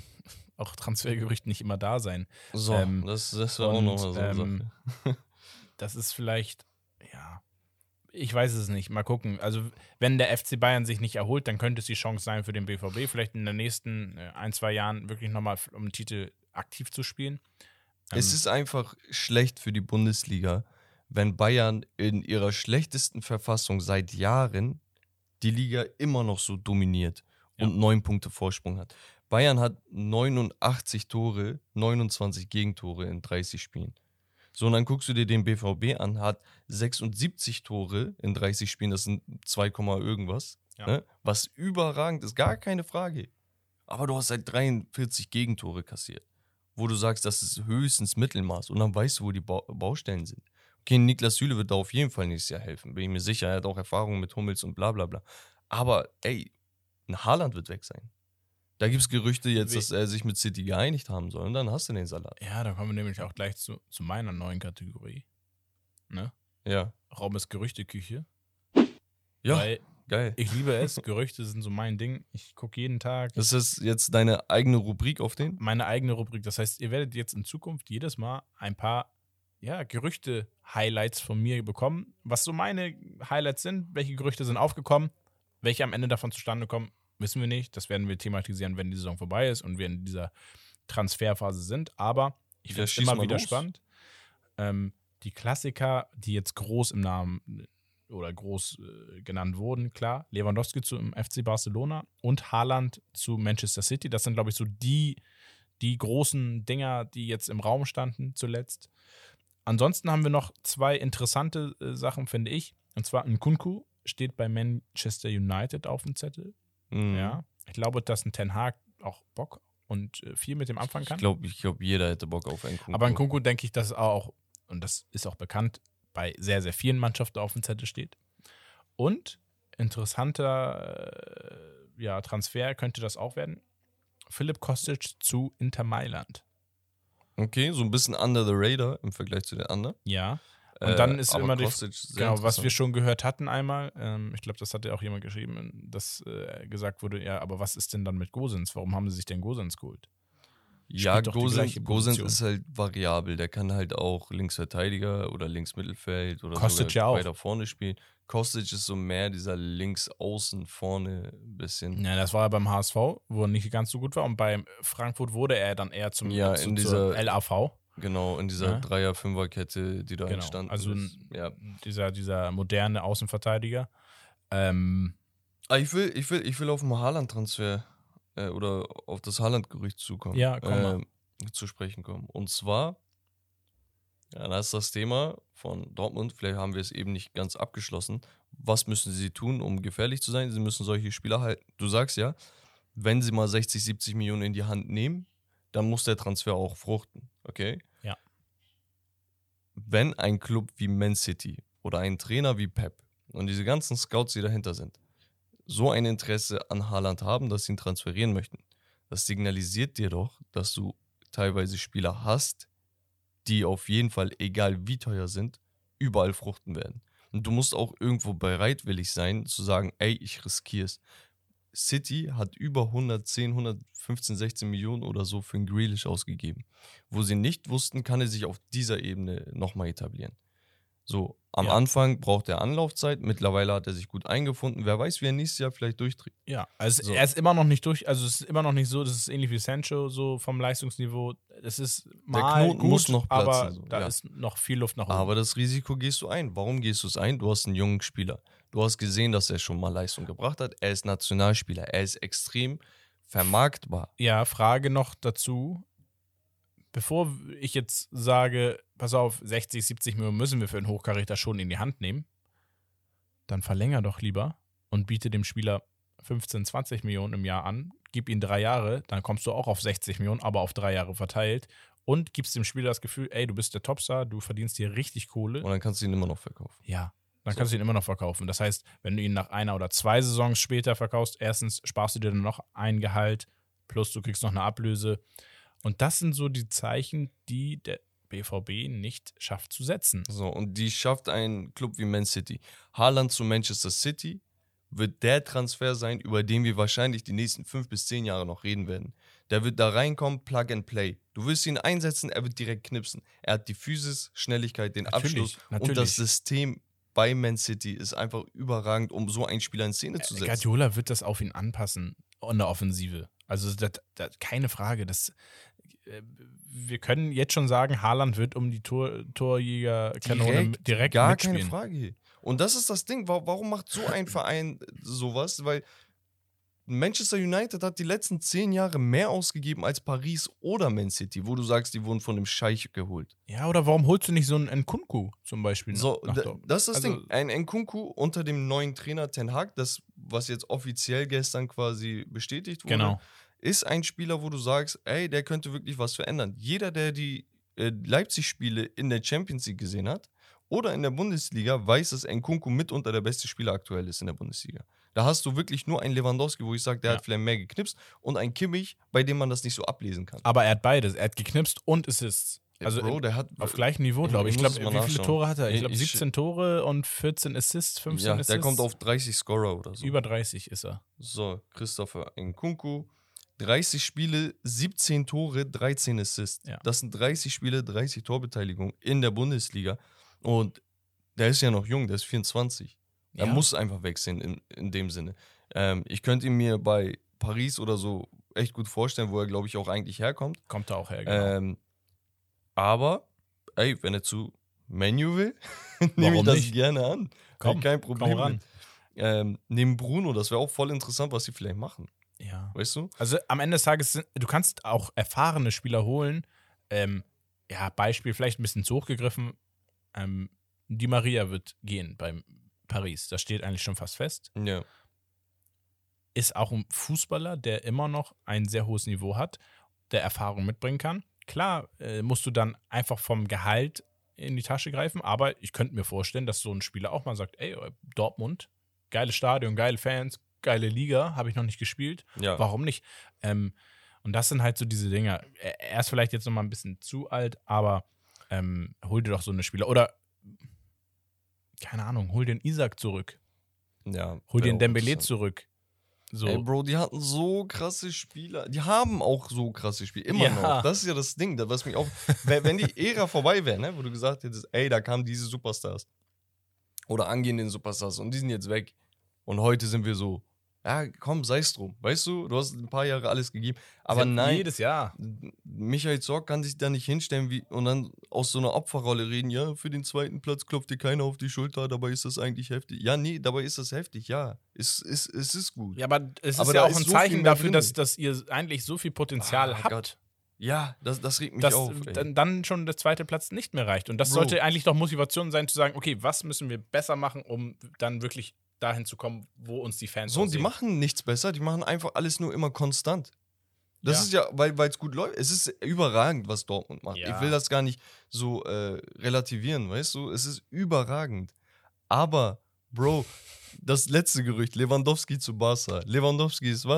auch Transfergerücht nicht immer da sein. So, Ähm, das, das wäre auch und, nochmal so eine ähm, Sache. Das ist vielleicht, ja, ich weiß es nicht. Mal gucken. Also, wenn der F C Bayern sich nicht erholt, dann könnte es die Chance sein für den B V B, vielleicht in den nächsten äh, ein, zwei Jahren wirklich nochmal um den Titel aktiv zu spielen. Ähm, Es ist einfach schlecht für die Bundesliga, wenn Bayern in ihrer schlechtesten Verfassung seit Jahren die Liga immer noch so dominiert Ja. und neun Punkte Vorsprung hat. Bayern hat neunundachtzig Tore, neunundzwanzig Gegentore in dreißig Spielen. So, und dann guckst du dir den B V B an, hat sechsundsiebzig Tore in dreißig Spielen, das sind zwei, irgendwas. Ja. Ne? Was überragend ist, gar keine Frage. Aber du hast halt dreiundvierzig Gegentore kassiert, wo du sagst, das ist höchstens Mittelmaß. Und dann weißt du, wo die ba- Baustellen sind. Okay, Niklas Süle wird da auf jeden Fall nächstes Jahr helfen, bin ich mir sicher. Er hat auch Erfahrung mit Hummels und bla bla bla. Aber ey, ein Haaland wird weg sein. Da gibt es Gerüchte jetzt, Wie- dass er sich mit City geeinigt haben soll. Und dann hast du den Salat. ja, da kommen wir nämlich auch gleich zu, zu meiner neuen Kategorie. Ne? Ja. Raum ist Gerüchteküche. Ja, Weil geil. ich liebe es. Gerüchte sind so mein Ding. Ich gucke jeden Tag. Das ist jetzt deine eigene Rubrik auf den? Meine eigene Rubrik. Das heißt, ihr werdet jetzt in Zukunft jedes Mal ein paar ja, Gerüchte-Highlights von mir bekommen. Was so meine Highlights sind, welche Gerüchte sind aufgekommen, welche am Ende davon zustande kommen, wissen wir nicht. Das werden wir thematisieren, wenn die Saison vorbei ist und wir in dieser Transferphase sind. Aber ich Ja, finde es schieß immer mal wieder los. spannend. Ähm, die Klassiker, die jetzt groß im Namen oder groß äh, genannt wurden, klar. Lewandowski zum F C Barcelona und Haaland zu Manchester City. Das sind, glaube ich, so die, die großen Dinger, die jetzt im Raum standen zuletzt. Ansonsten haben wir noch zwei interessante äh, Sachen, finde ich. Und zwar Nkunku steht bei Manchester United auf dem Zettel. Mhm. Ja. Ich glaube, dass ein Ten Hag auch Bock und äh, viel mit dem anfangen kann. Ich glaube, ich glaub, jeder hätte Bock auf Nkunku. Aber Nkunku denke ich, dass er auch, und das ist auch bekannt, bei sehr, sehr vielen Mannschaften auf dem Zettel steht. Und interessanter äh, ja, Transfer könnte das auch werden. Philipp Kostic zu Inter Mailand. Okay, so ein bisschen under the radar im Vergleich zu den anderen. Ja. Und dann ist aber immer die, Kostic sehr genau, was wir interessant. schon gehört hatten einmal, ähm, ich glaube, das hatte auch jemand geschrieben, dass äh, gesagt wurde, ja, aber was ist denn dann mit Gosens? Warum haben sie sich denn Gosens geholt? Ja, spielt doch die Gosens, gleiche Gosens Position. ist halt variabel. Der kann halt auch Linksverteidiger oder Linksmittelfeld oder Kostic sogar ja auch. weiter vorne spielen. Kostic ist so mehr dieser Linksaußen vorne ein bisschen. Ja, das war ja beim H S V, wo er nicht ganz so gut war. Und bei Frankfurt wurde er dann eher zum Ja, zu, in zur dieser- L A V. Genau, in dieser Ja. Dreier-Fünfer-Kette, die da Genau. entstanden Also ist. Ja. dieser, dieser moderne Außenverteidiger. Ähm, Ah, ich will, ich will, ich will auf den Haaland-Transfer äh, oder auf das Haaland-Gerücht zukommen. Ja, komm mal. äh, zu sprechen kommen. Und zwar, ja, da ist das Thema von Dortmund, vielleicht haben wir es eben nicht ganz abgeschlossen. Was müssen sie tun, um gefährlich zu sein? Sie müssen solche Spieler halten. Du sagst ja, wenn sie mal sechzig, siebzig Millionen in die Hand nehmen, dann muss der Transfer auch fruchten, okay? Ja. Wenn ein Club wie Man City oder ein Trainer wie Pep und diese ganzen Scouts, die dahinter sind, so ein Interesse an Haaland haben, dass sie ihn transferieren möchten, das signalisiert dir doch, dass du teilweise Spieler hast, die auf jeden Fall, egal wie teuer sind, überall fruchten werden. Und du musst auch irgendwo bereitwillig sein, zu sagen, ey, ich riskiere es. City hat über hundertzehn, hundertfünfzehn, sechzehn Millionen oder so für einen Grealish ausgegeben. Wo sie nicht wussten, kann er sich auf dieser Ebene nochmal etablieren. So, am Ja. Anfang braucht er Anlaufzeit, mittlerweile hat er sich gut eingefunden. Wer weiß, wie er nächstes Jahr vielleicht durchdreht. Ja, also So. er ist immer noch nicht durch, also es ist immer noch nicht so, das ist ähnlich wie Sancho, so vom Leistungsniveau. Es ist mal Knoten gut, muss noch platzen, aber so, da ja. ist noch viel Luft nach oben. Aber das Risiko gehst du ein. Warum gehst du es ein? Du hast einen jungen Spieler. Du hast gesehen, dass er schon mal Leistung gebracht hat. Er ist Nationalspieler. Er ist extrem vermarktbar. Ja, Frage noch dazu. Bevor ich jetzt sage, pass auf, sechzig, siebzig Millionen müssen wir für einen Hochkaräter schon in die Hand nehmen, dann verlänger doch lieber und biete dem Spieler fünfzehn, zwanzig Millionen im Jahr an, gib ihn drei Jahre, dann kommst du auch auf sechzig Millionen, aber auf drei Jahre verteilt und gibst dem Spieler das Gefühl, ey, du bist der Topstar, du verdienst hier richtig Kohle. Und dann kannst du ihn immer noch verkaufen. Ja, dann So. kannst du ihn immer noch verkaufen. Das heißt, wenn du ihn nach einer oder zwei Saisons später verkaufst, erstens sparst du dir dann noch ein Gehalt, plus du kriegst noch eine Ablöse. Und das sind so die Zeichen, die der B V B nicht schafft zu setzen. So, und die schafft ein Club wie Man City. Haaland zu Manchester City wird der Transfer sein, über den wir wahrscheinlich die nächsten fünf bis zehn Jahre noch reden werden. Der wird da reinkommen, Plug and Play. Du wirst ihn einsetzen, er wird direkt knipsen. Er hat die Physis, Schnelligkeit, den Natürlich, Abschluss natürlich. und das System bei Man City ist einfach überragend, um so einen Spieler in Szene zu setzen. Guardiola wird das auf ihn anpassen, in der Offensive. Also das, das, keine Frage. Das, äh, wir können jetzt schon sagen, Haaland wird um die Tor, Torjägerkanone direkt, direkt gar mitspielen. keine Frage. Und das ist das Ding, wa- warum macht so ein Verein sowas? Weil Manchester United hat die letzten zehn Jahre mehr ausgegeben als Paris oder Man City, wo du sagst, die wurden von dem Scheich geholt. Ja, oder warum holst du nicht so einen Nkunku zum Beispiel? So, nach d- Dortmund? das ist das Also- Ding. Ein Nkunku unter dem neuen Trainer Ten Hag, das, was jetzt offiziell gestern quasi bestätigt wurde, Genau. ist ein Spieler, wo du sagst, ey, der könnte wirklich was verändern. Jeder, der die äh, Leipzig-Spiele in der Champions League gesehen hat oder in der Bundesliga, weiß, dass Nkunku mitunter der beste Spieler aktuell ist in der Bundesliga. Da hast du wirklich nur einen Lewandowski, wo ich sage, der Ja. hat vielleicht mehr geknipst, und einen Kimmich, bei dem man das nicht so ablesen kann. Aber er hat beides. Er hat geknipst und Assists. Also Bro, der hat auf gleichem Niveau, Ich- glaube ich. ich Ich muss glaube, es mal wie viele nachschauen. Tore hat er? Ich Ich- glaube, ich- siebzehn Tore und vierzehn Assists, fünfzehn ja, Assists. der kommt auf dreißig Scorer oder so. Über dreißig ist er. So, Christopher Nkunku, dreißig Spiele, siebzehn Tore, dreizehn Assists. Ja. Das sind dreißig Spiele, dreißig Torbeteiligung in der Bundesliga. Und der ist ja noch jung, der ist vierundzwanzig. Er Ja. muss einfach wechseln in, in dem Sinne. Ähm, ich könnte ihn mir bei Paris oder so echt gut vorstellen, wo er, glaube ich, auch eigentlich herkommt. Kommt er auch her, genau. Ähm, aber, ey, wenn er zu Menu will, nehme ich Warum das nicht? gerne an. Komm, kein Problem komm ran. mit. Ähm, neben Bruno, das wäre auch voll interessant, was sie vielleicht machen. Ja. Weißt du? Also am Ende des Tages, sind, du kannst auch erfahrene Spieler holen. Ähm, ja, Beispiel vielleicht ein bisschen zu hoch gegriffen. Ähm, Di Maria wird gehen beim Paris. Das steht eigentlich schon fast fest. Ja. Ist auch ein Fußballer, der immer noch ein sehr hohes Niveau hat, der Erfahrung mitbringen kann. Klar, äh, musst du dann einfach vom Gehalt in die Tasche greifen, aber ich könnte mir vorstellen, dass so ein Spieler auch mal sagt, ey, Dortmund, geiles Stadion, geile Fans, geile Liga, habe ich noch nicht gespielt. Ja. Warum nicht? Ähm, und das sind halt so diese Dinge. Er er ist vielleicht jetzt noch mal ein bisschen zu alt, aber ähm, hol dir doch so eine Spieler. Oder, keine Ahnung, hol den Isaac zurück. Ja, Hol wär den auch Dembélé interessant. zurück. So. Ey, Bro, die hatten so krasse Spieler. Die haben auch so krasse Spieler. Immer Ja. noch. Das ist ja das Ding, das, was mich auch. wenn wenn die Ära vorbei wäre, ne, wo du gesagt hättest, ey, da kamen diese Superstars. Oder angehenden Superstars und die sind jetzt weg. Und heute sind wir so, ja, komm, sei es drum. Weißt du, du hast ein paar Jahre alles gegeben. Aber Sie haben nein, Jedes Jahr. Michael Zorc kann sich da nicht hinstellen wie, und dann aus so einer Opferrolle reden, ja, für den zweiten Platz klopft dir keiner auf die Schulter, dabei ist das eigentlich heftig. Ja, nee, dabei ist das heftig, ja. Es, es, es ist gut. Ja, aber es ist Aber ja da auch ist ein so viel Zeichen mehr dafür, drin. dass, dass ihr eigentlich so viel Potenzial Ah, habt, Gott. Ja, das, das regt mich dass auf. Ey. dann, dann schon der zweite Platz nicht mehr reicht. Und das Bro. sollte eigentlich doch Motivation sein, zu sagen, okay, was müssen wir besser machen, um dann wirklich dahin zu kommen, wo uns die Fans So, und die sehen. machen nichts besser, die machen einfach alles nur immer konstant. Das Ja. ist ja, weil es gut läuft. Es ist überragend, was Dortmund macht. Ja. Ich will das gar nicht so äh, relativieren, weißt du? Es ist überragend. Aber, Bro, das letzte Gerücht, Lewandowski zu Barca. Lewandowski ist was?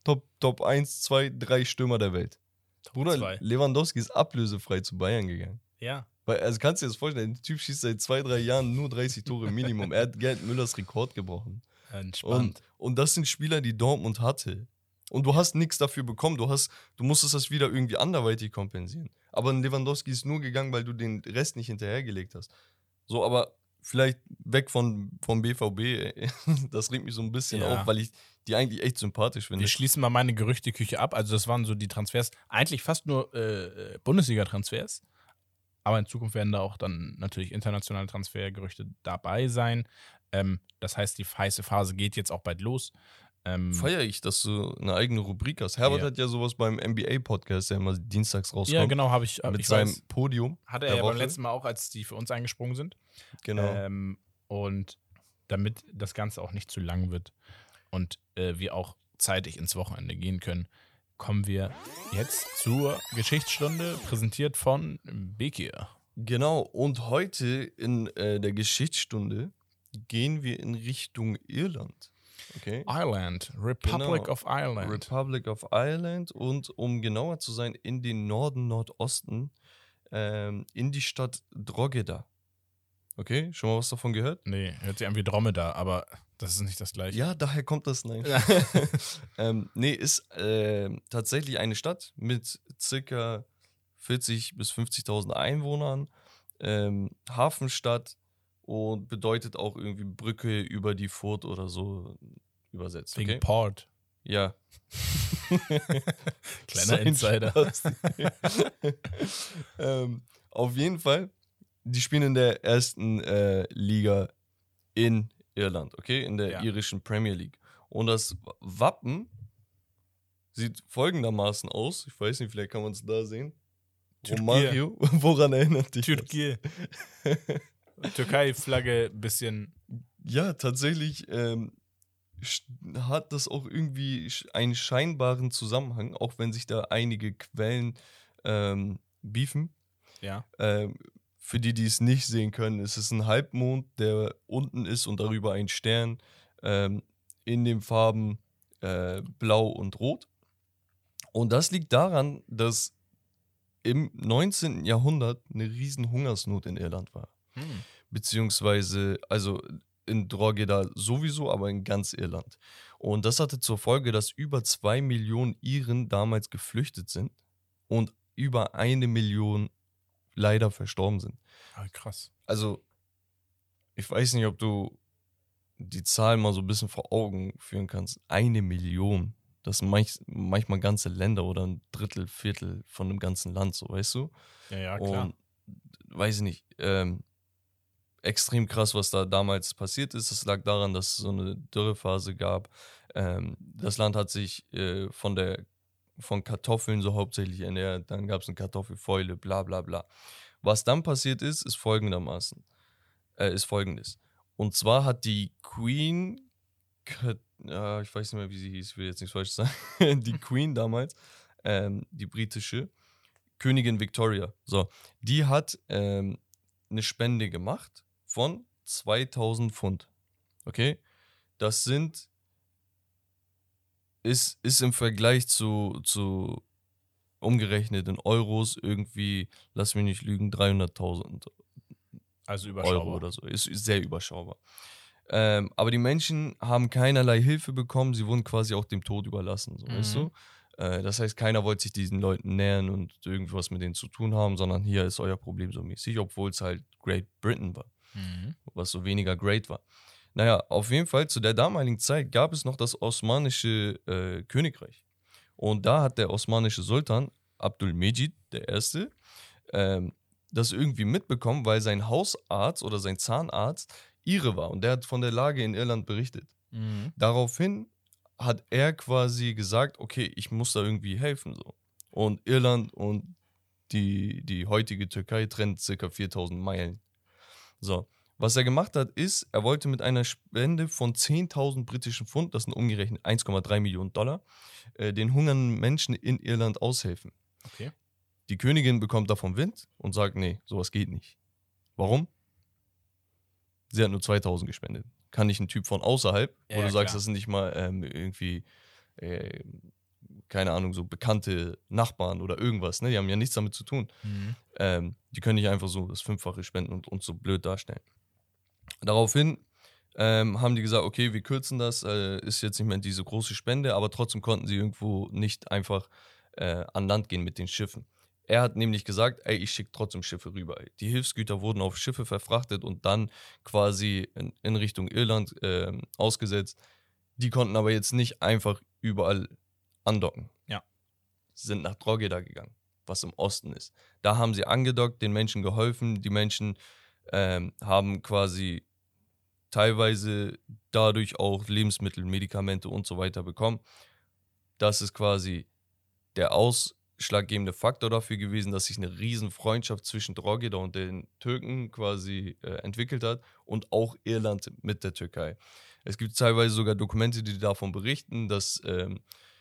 Top, Top eins, zwei, drei Stürmer der Welt. Top Bruder, zwei. Lewandowski ist ablösefrei zu Bayern gegangen. Ja. Weil, also kannst du dir das vorstellen, der Typ schießt seit zwei, drei Jahren nur dreißig Tore Minimum. Er hat Gerd Müllers Rekord gebrochen. Entspannt. Und, und das sind Spieler, die Dortmund hatte. Und du hast nichts dafür bekommen. Du, hast, du musstest das wieder irgendwie anderweitig kompensieren. Aber ein Lewandowski ist nur gegangen, weil du den Rest nicht hinterhergelegt hast. So, aber vielleicht weg von, vom B V B. Ey. Das regt mich so ein bisschen Ja. auf, weil ich die eigentlich echt sympathisch finde. Wir schließen mal meine Gerüchteküche ab. Also das waren so die Transfers, eigentlich fast nur äh, Bundesliga-Transfers. Aber in Zukunft werden da auch dann natürlich internationale Transfergerüchte dabei sein. Ähm, das heißt, die heiße Phase geht jetzt auch bald los. Ähm, Feiere ich, dass du eine eigene Rubrik hast. Herbert Ja. hat ja sowas beim N B A-Podcast, der immer dienstags rauskommt. ja, genau, habe ich. Mit ich seinem weiß, Podium. hatte der er ja beim Woche. letzten Mal auch, als die für uns eingesprungen sind. Genau. Ähm, und damit das Ganze auch nicht zu lang wird und äh, wir auch zeitig ins Wochenende gehen können, kommen wir jetzt zur Geschichtsstunde, präsentiert von Bekir. Genau, und heute in äh, der Geschichtsstunde gehen wir in Richtung Irland. Okay? Ireland, Republic Genau. of Ireland. Republic of Ireland und um genauer zu sein, in den Norden, Nordosten, ähm, in die Stadt Drogheda. Okay, schon mal was davon gehört? Nee, hört sich an wie Dromedar, aber das ist nicht das gleiche. Ja, daher kommt das, nein. ähm, nee, ist äh, tatsächlich eine Stadt mit circa vierzigtausend bis fünfzigtausend Einwohnern, ähm, Hafenstadt und bedeutet auch irgendwie Brücke über die Furt oder so übersetzt. Wegen Okay? Port. Ja. Kleiner Sein Insider. Spaß. ähm, auf jeden Fall, die spielen in der ersten äh, Liga in Irland, okay? In der Ja. irischen Premier League. Und das Wappen sieht folgendermaßen aus. Ich weiß nicht, vielleicht kann man es da sehen. Türkei. Romario, woran erinnert dich Türkei. Türkei-Flagge, bisschen. Ja, tatsächlich ähm, sch- hat das auch irgendwie sch- einen scheinbaren Zusammenhang, auch wenn sich da einige Quellen ähm, beefen. Ja. Ähm, für die, die es nicht sehen können, ist es ein Halbmond, der unten ist und darüber ein Stern ähm, in den Farben äh, Blau und Rot. Und das liegt daran, dass im neunzehnten. Jahrhundert eine riesen Hungersnot in Irland war. Hm. Beziehungsweise, also in Drogheda sowieso, aber in ganz Irland. Und das hatte zur Folge, dass über zwei Millionen Iren damals geflüchtet sind und über eine Million leider verstorben sind. Ah, krass. Also, ich weiß nicht, ob du die Zahl mal so ein bisschen vor Augen führen kannst. Eine Million. Das sind manch, manchmal ganze Länder oder ein Drittel, Viertel von einem ganzen Land, so, weißt du? Ja, ja, klar. Und weiß ich nicht, ähm, extrem krass, was da damals passiert ist. Das lag daran, dass es so eine Dürrephase gab. Ähm, das Land hat sich äh, von der von Kartoffeln so hauptsächlich ernährt. Dann gab es eine Kartoffelfäule, bla bla bla. Was dann passiert ist, ist folgendermaßen, äh, ist folgendes. Und zwar hat die Queen, Ka- äh, ich weiß nicht mehr, wie sie hieß, ich will jetzt nichts falsch sagen, die Queen damals, ähm, die britische Königin Victoria, so, die hat ähm, eine Spende gemacht von zweitausend Pfund. Okay? Das sind, ist, ist im Vergleich zu, zu umgerechnet in Euros irgendwie, lass mich nicht lügen, dreihunderttausend Also überschaubar. Euro oder so. Ist, ist sehr überschaubar. Ähm, aber die Menschen haben keinerlei Hilfe bekommen, sie wurden quasi auch dem Tod überlassen, so, Mhm. weißt du? Äh, das heißt, keiner wollte sich diesen Leuten nähern und irgendwas mit denen zu tun haben, sondern hier ist euer Problem so mäßig, obwohl es halt Great Britain war, Mhm. was so weniger great war. Naja, auf jeden Fall, zu der damaligen Zeit gab es noch das Osmanische äh, Königreich. Und da hat der osmanische Sultan, Abdülmecid der Erste, ähm, das irgendwie mitbekommen, weil sein Hausarzt oder sein Zahnarzt Ire war. Und der hat von der Lage in Irland berichtet. Mhm. Daraufhin hat er quasi gesagt, okay, ich muss da irgendwie helfen. So. Und Irland und die, die heutige Türkei trennt circa viertausend Meilen. So. Was er gemacht hat, ist, er wollte mit einer Spende von zehntausend britischen Pfund, das sind umgerechnet eins Komma drei Millionen Dollar, äh, den hungernden Menschen in Irland aushelfen. Okay. Die Königin bekommt davon Wind und sagt, nee, sowas geht nicht. Warum? Sie hat nur zweitausend gespendet. Kann nicht ein Typ von außerhalb, Ja, wo ja, du sagst, klar. das sind nicht mal ähm, irgendwie äh, keine Ahnung, so bekannte Nachbarn oder irgendwas, ne? Die haben ja nichts damit zu tun. Mhm. Ähm, die können nicht einfach so das Fünffache spenden und uns so blöd darstellen. Daraufhin ähm, haben die gesagt, okay, wir kürzen das, äh, ist jetzt nicht mehr diese große Spende, aber trotzdem konnten sie irgendwo nicht einfach äh, an Land gehen mit den Schiffen. Er hat nämlich gesagt, ey, ich schicke trotzdem Schiffe rüber. Ey. Die Hilfsgüter wurden auf Schiffe verfrachtet und dann quasi in, in Richtung Irland äh, ausgesetzt. Die konnten aber jetzt nicht einfach überall andocken. Ja. Sind nach Drogheda gegangen, was im Osten ist. Da haben sie angedockt, den Menschen geholfen. Die Menschen ähm, haben quasi teilweise dadurch auch Lebensmittel, Medikamente und so weiter bekommen. Das ist quasi der ausschlaggebende Faktor dafür gewesen, dass sich eine riesen Freundschaft zwischen Drogheda und den Türken quasi äh, entwickelt hat und auch Irland mit der Türkei. Es gibt teilweise sogar Dokumente, die davon berichten, dass ähm,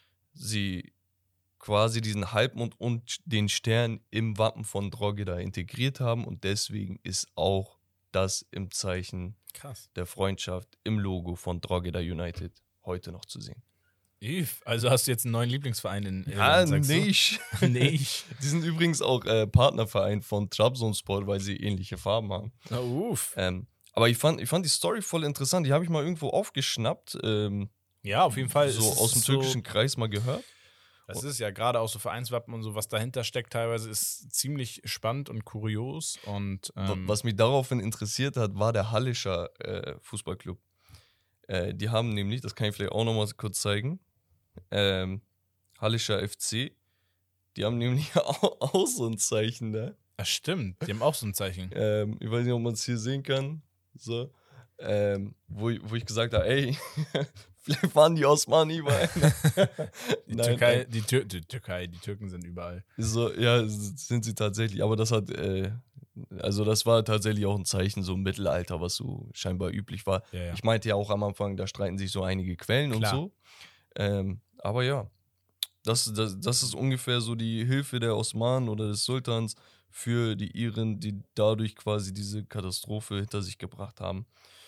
sie quasi diesen Halbmond und den Stern im Wappen von Drogheda integriert haben und deswegen ist auch das im Zeichen Krass. der Freundschaft im Logo von Drogheda United heute noch zu sehen. Eve, also hast du jetzt einen neuen Lieblingsverein in Ja, Irland, sagst nicht. du? Nicht. Die sind übrigens auch äh, Partnerverein von Trabzonspor, weil sie ähnliche Farben haben. Oh, uff. Ähm, aber ich fand, ich fand die Story voll interessant. Die habe ich mal irgendwo aufgeschnappt. Ähm, Ja, auf jeden Fall. so ist aus dem es türkischen so, Kreis mal gehört. Das ist ja gerade auch so Vereinswappen und so, was dahinter steckt, teilweise ist ziemlich spannend und kurios. Und, ähm, Was mich daraufhin interessiert hat, war der Hallischer äh, Fußballclub. Äh, die haben nämlich, das kann ich vielleicht auch nochmal kurz zeigen, ähm, Hallischer F C, die haben nämlich auch, auch so ein Zeichen, ne? Das stimmt, die haben auch so ein Zeichen. Ähm, ich weiß nicht, ob man es hier sehen kann. So. Ähm, wo, wo ich gesagt habe, ey, vielleicht waren die Osmanen überall. Die, Nein, Türkei, nein. die, Tür, die Türkei, die Türken sind überall. So, ja, sind sie tatsächlich. Aber das hat, äh, also das war tatsächlich auch ein Zeichen, so im Mittelalter, was so scheinbar üblich war. Ja, ja. Ich meinte ja auch am Anfang, da streiten sich so einige Quellen Klar. und so. Ähm, aber ja, das, das, das ist ungefähr so die Hilfe der Osmanen oder des Sultans für die Iren, die dadurch quasi diese Katastrophe hinter sich gebracht haben.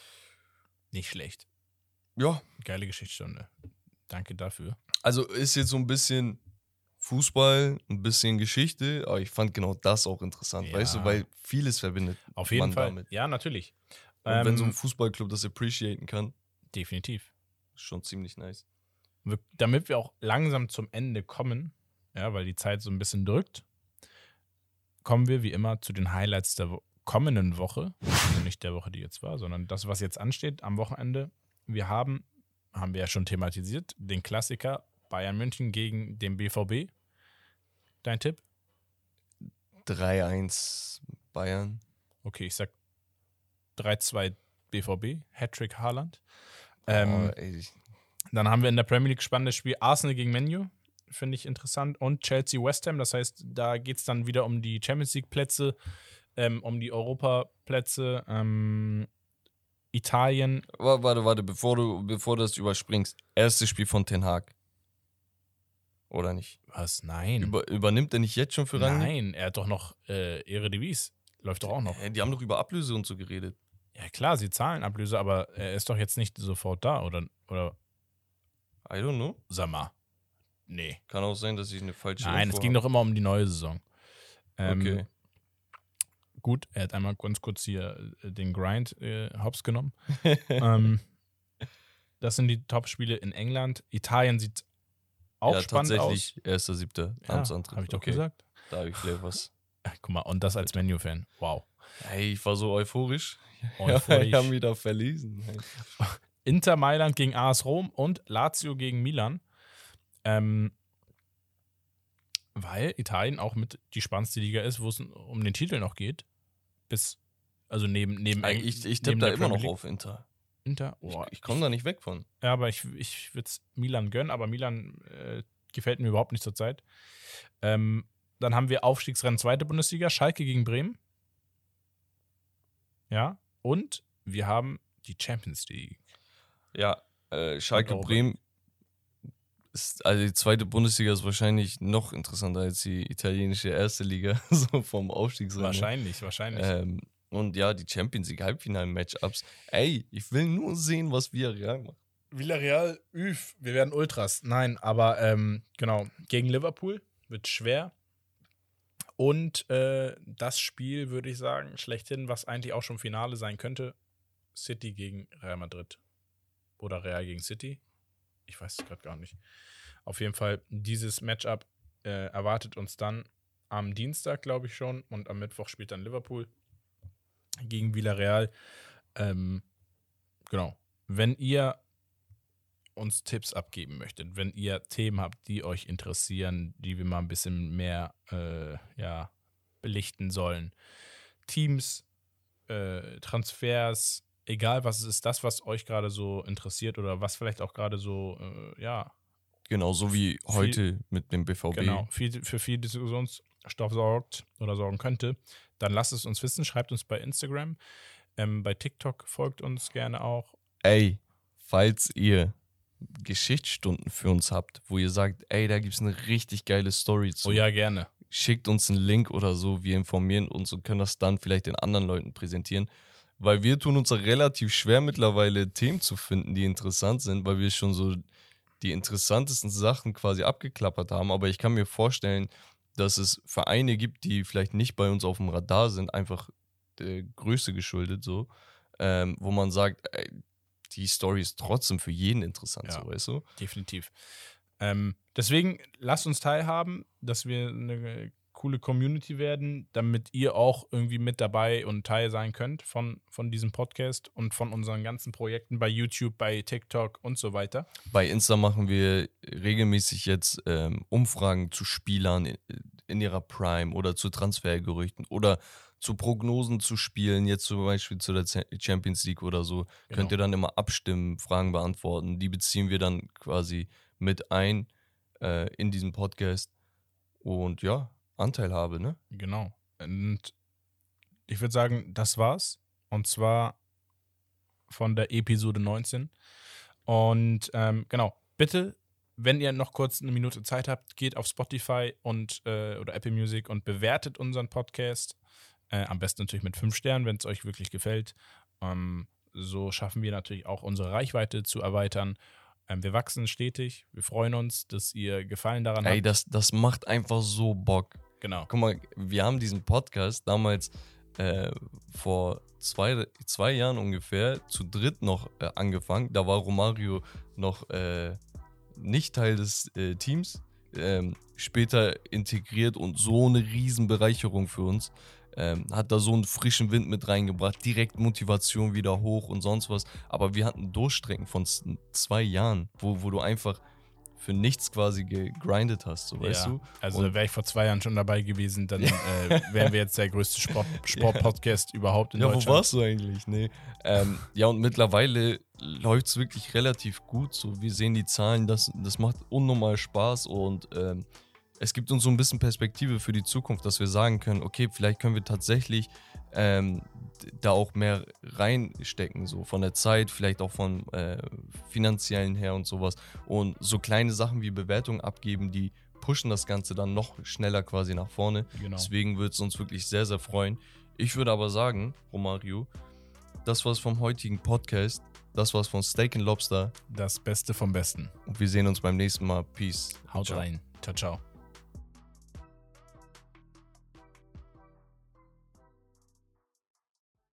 Nicht schlecht. Ja, Geile Geschichtsstunde. Danke dafür. also ist jetzt so ein bisschen Fußball, ein bisschen Geschichte, aber ich fand genau das auch interessant, Ja. weißt du, weil vieles verbindet Auf jeden man Fall. damit. Ja, natürlich. Und wenn so ein Ähm, Fußballclub das appreciaten kann, Definitiv. ist schon ziemlich nice. Wir, damit wir auch langsam zum Ende kommen, ja, weil die Zeit so ein bisschen drückt, kommen wir wie immer zu den Highlights der wo- kommenden Woche. Also nicht der Woche, die jetzt war, sondern das, was jetzt ansteht am Wochenende. Wir haben, haben wir ja schon thematisiert, den Klassiker Bayern München gegen den B V B. Dein Tipp? drei eins Bayern. Okay, ich sag drei zwei B V B, Hattrick Haaland. Ähm, oh, ey, ich- Dann haben wir in der Premier League spannendes Spiel Arsenal gegen Man U, finde ich interessant. Und Chelsea West Ham, das heißt, da geht es dann wieder um die Champions League Plätze, ähm, um die Europaplätze. Ähm, Italien, Wa- Warte, warte, bevor du, bevor du das überspringst. Erstes Spiel von Ten Hag. Oder nicht? was? Nein. Über, übernimmt er nicht jetzt schon für Rangnick? Nein, er hat doch noch äh, Eredivisie. Läuft doch auch noch. Äh, Die haben doch über Ablöse und so geredet. Ja klar, sie zahlen Ablöse, aber er ist doch jetzt nicht sofort da, oder? Oder I don't know. sag mal. Nee. Kann auch sein, dass ich eine falsche Nein, Info es ging hab. doch immer um die neue Saison. Ähm, Okay. Gut, er hat einmal ganz kurz hier äh, den Grind äh, hops genommen. ähm, das sind die Top-Spiele in England. Italien sieht auch ja, spannend aus. tatsächlich, erster siebter Ja, Amtsantritt. habe ich doch Okay, gesagt. Da habe ich vielleicht was. Guck mal, und das als Menu-Fan. Wow. Hey, ich war so euphorisch. Euphorisch. Ich habe mich da verlesen. Hey. Inter Mailand gegen A S Rom und Lazio gegen Milan. Ähm, weil Italien auch mit die spannendste Liga ist, wo es um den Titel noch geht. Bis, also neben, neben Ey, Ich, ich neben tippe da der immer Premier noch League. auf Inter. Inter. Ich, Oh, ich komme da nicht weg von. Ja, aber ich, ich würde es Milan gönnen, aber Milan äh, gefällt mir überhaupt nicht zurzeit. Ähm, dann haben wir Aufstiegsrennen zweite Bundesliga, Schalke gegen Bremen. Ja, und wir haben die Champions League. Ja, äh, Schalke Europa. Bremen ist, also die zweite Bundesliga ist wahrscheinlich noch interessanter als die italienische erste Liga, so vom Aufstiegsrennen. Wahrscheinlich, wahrscheinlich. Ähm, und ja, die Champions League Halbfinal-Matchups. Ey, ich will nur sehen, was Villarreal macht. Villarreal, üf, wir werden Ultras. Nein, aber ähm, genau, gegen Liverpool wird schwer. Und äh, das Spiel, würde ich sagen, schlechthin, was eigentlich auch schon Finale sein könnte, City gegen Real Madrid. Oder Real gegen City. Ich weiß es gerade gar nicht. Auf jeden Fall, dieses Matchup äh, erwartet uns dann am Dienstag, glaube ich schon. Und am Mittwoch spielt dann Liverpool gegen Villarreal. Ähm, genau. Wenn ihr uns Tipps abgeben möchtet, wenn ihr Themen habt, die euch interessieren, die wir mal ein bisschen mehr äh, ja, belichten sollen. Teams, äh, Transfers, egal was es ist, das, was euch gerade so interessiert oder was vielleicht auch gerade so, äh, ja. Genau, so wie heute mit dem B V B. Genau, viel, für viel Diskussionsstoff sorgt oder sorgen könnte, dann lasst es uns wissen, schreibt uns bei Instagram, ähm, bei TikTok folgt uns gerne auch. Ey, falls ihr Geschichtsstunden für uns habt, wo ihr sagt, ey, da gibt es eine richtig geile Story zu. Oh ja, gerne. Schickt uns einen Link oder so, wir informieren uns und können das dann vielleicht den anderen Leuten präsentieren, weil wir tun uns relativ schwer mittlerweile Themen zu finden, die interessant sind, weil wir schon so die interessantesten Sachen quasi abgeklappert haben, aber ich kann mir vorstellen, dass es Vereine gibt, die vielleicht nicht bei uns auf dem Radar sind, einfach der Größe geschuldet so, ähm, wo man sagt, ey, die Story ist trotzdem für jeden interessant, ja, so, weißt du? Definitiv. Ähm, deswegen lasst uns teilhaben, dass wir eine coole Community werden, damit ihr auch irgendwie mit dabei und Teil sein könnt von, von diesem Podcast und von unseren ganzen Projekten bei YouTube, bei TikTok und so weiter. Bei Insta machen wir regelmäßig jetzt ähm, Umfragen zu Spielern in, in ihrer Prime oder zu Transfergerüchten oder zu Prognosen zu Spielen, jetzt zum Beispiel zu der Champions League oder so, Genau. könnt ihr dann immer abstimmen, Fragen beantworten. Die beziehen wir dann quasi mit ein äh, in diesem Podcast und ja, Anteilhabe, ne? Genau. Und ich würde sagen, das war's. Und zwar von der Episode neunzehn. Und ähm, genau, bitte, wenn ihr noch kurz eine Minute Zeit habt, geht auf Spotify und äh, oder Apple Music und bewertet unseren Podcast. Äh, am besten natürlich mit fünf Sternen, wenn es euch wirklich gefällt. Ähm, so schaffen wir natürlich auch unsere Reichweite zu erweitern. Ähm, wir wachsen stetig. Wir freuen uns, dass ihr Gefallen daran Ey, habt. das, das macht einfach so Bock. Genau. Guck mal, wir haben diesen Podcast damals äh, vor zwei, zwei Jahren ungefähr zu dritt noch äh, angefangen. Da war Romario noch äh, nicht Teil des äh, Teams. Ähm, später integriert und so eine Riesenbereicherung für uns. Ähm, hat da so einen frischen Wind mit reingebracht, direkt Motivation wieder hoch und sonst was. Aber wir hatten Durchstrecken von zwei Jahren, wo, wo du einfach für nichts quasi gegrindet hast, so, weißt ja, du? Also Und wäre ich vor zwei Jahren schon dabei gewesen, dann äh, wären wir jetzt der größte Sport, Sport-Podcast überhaupt in ja, Deutschland. wo warst du eigentlich? Nee. Ähm, ja, und mittlerweile läuft es wirklich relativ gut. So, wir sehen die Zahlen, das, das macht unnormal Spaß und ähm, es gibt uns so ein bisschen Perspektive für die Zukunft, dass wir sagen können, okay, vielleicht können wir tatsächlich ähm, da auch mehr reinstecken, so von der Zeit, vielleicht auch von äh, finanziellen her und sowas. Und so kleine Sachen wie Bewertungen abgeben, die pushen das Ganze dann noch schneller quasi nach vorne. Genau. Deswegen würde es uns wirklich sehr, sehr freuen. Ich würde aber sagen, Romario, das war's vom heutigen Podcast. Das war's von Steak and Lobster. Das Beste vom Besten. Und wir sehen uns beim nächsten Mal. Peace. Haut Ciao. rein. Ciao, ciao.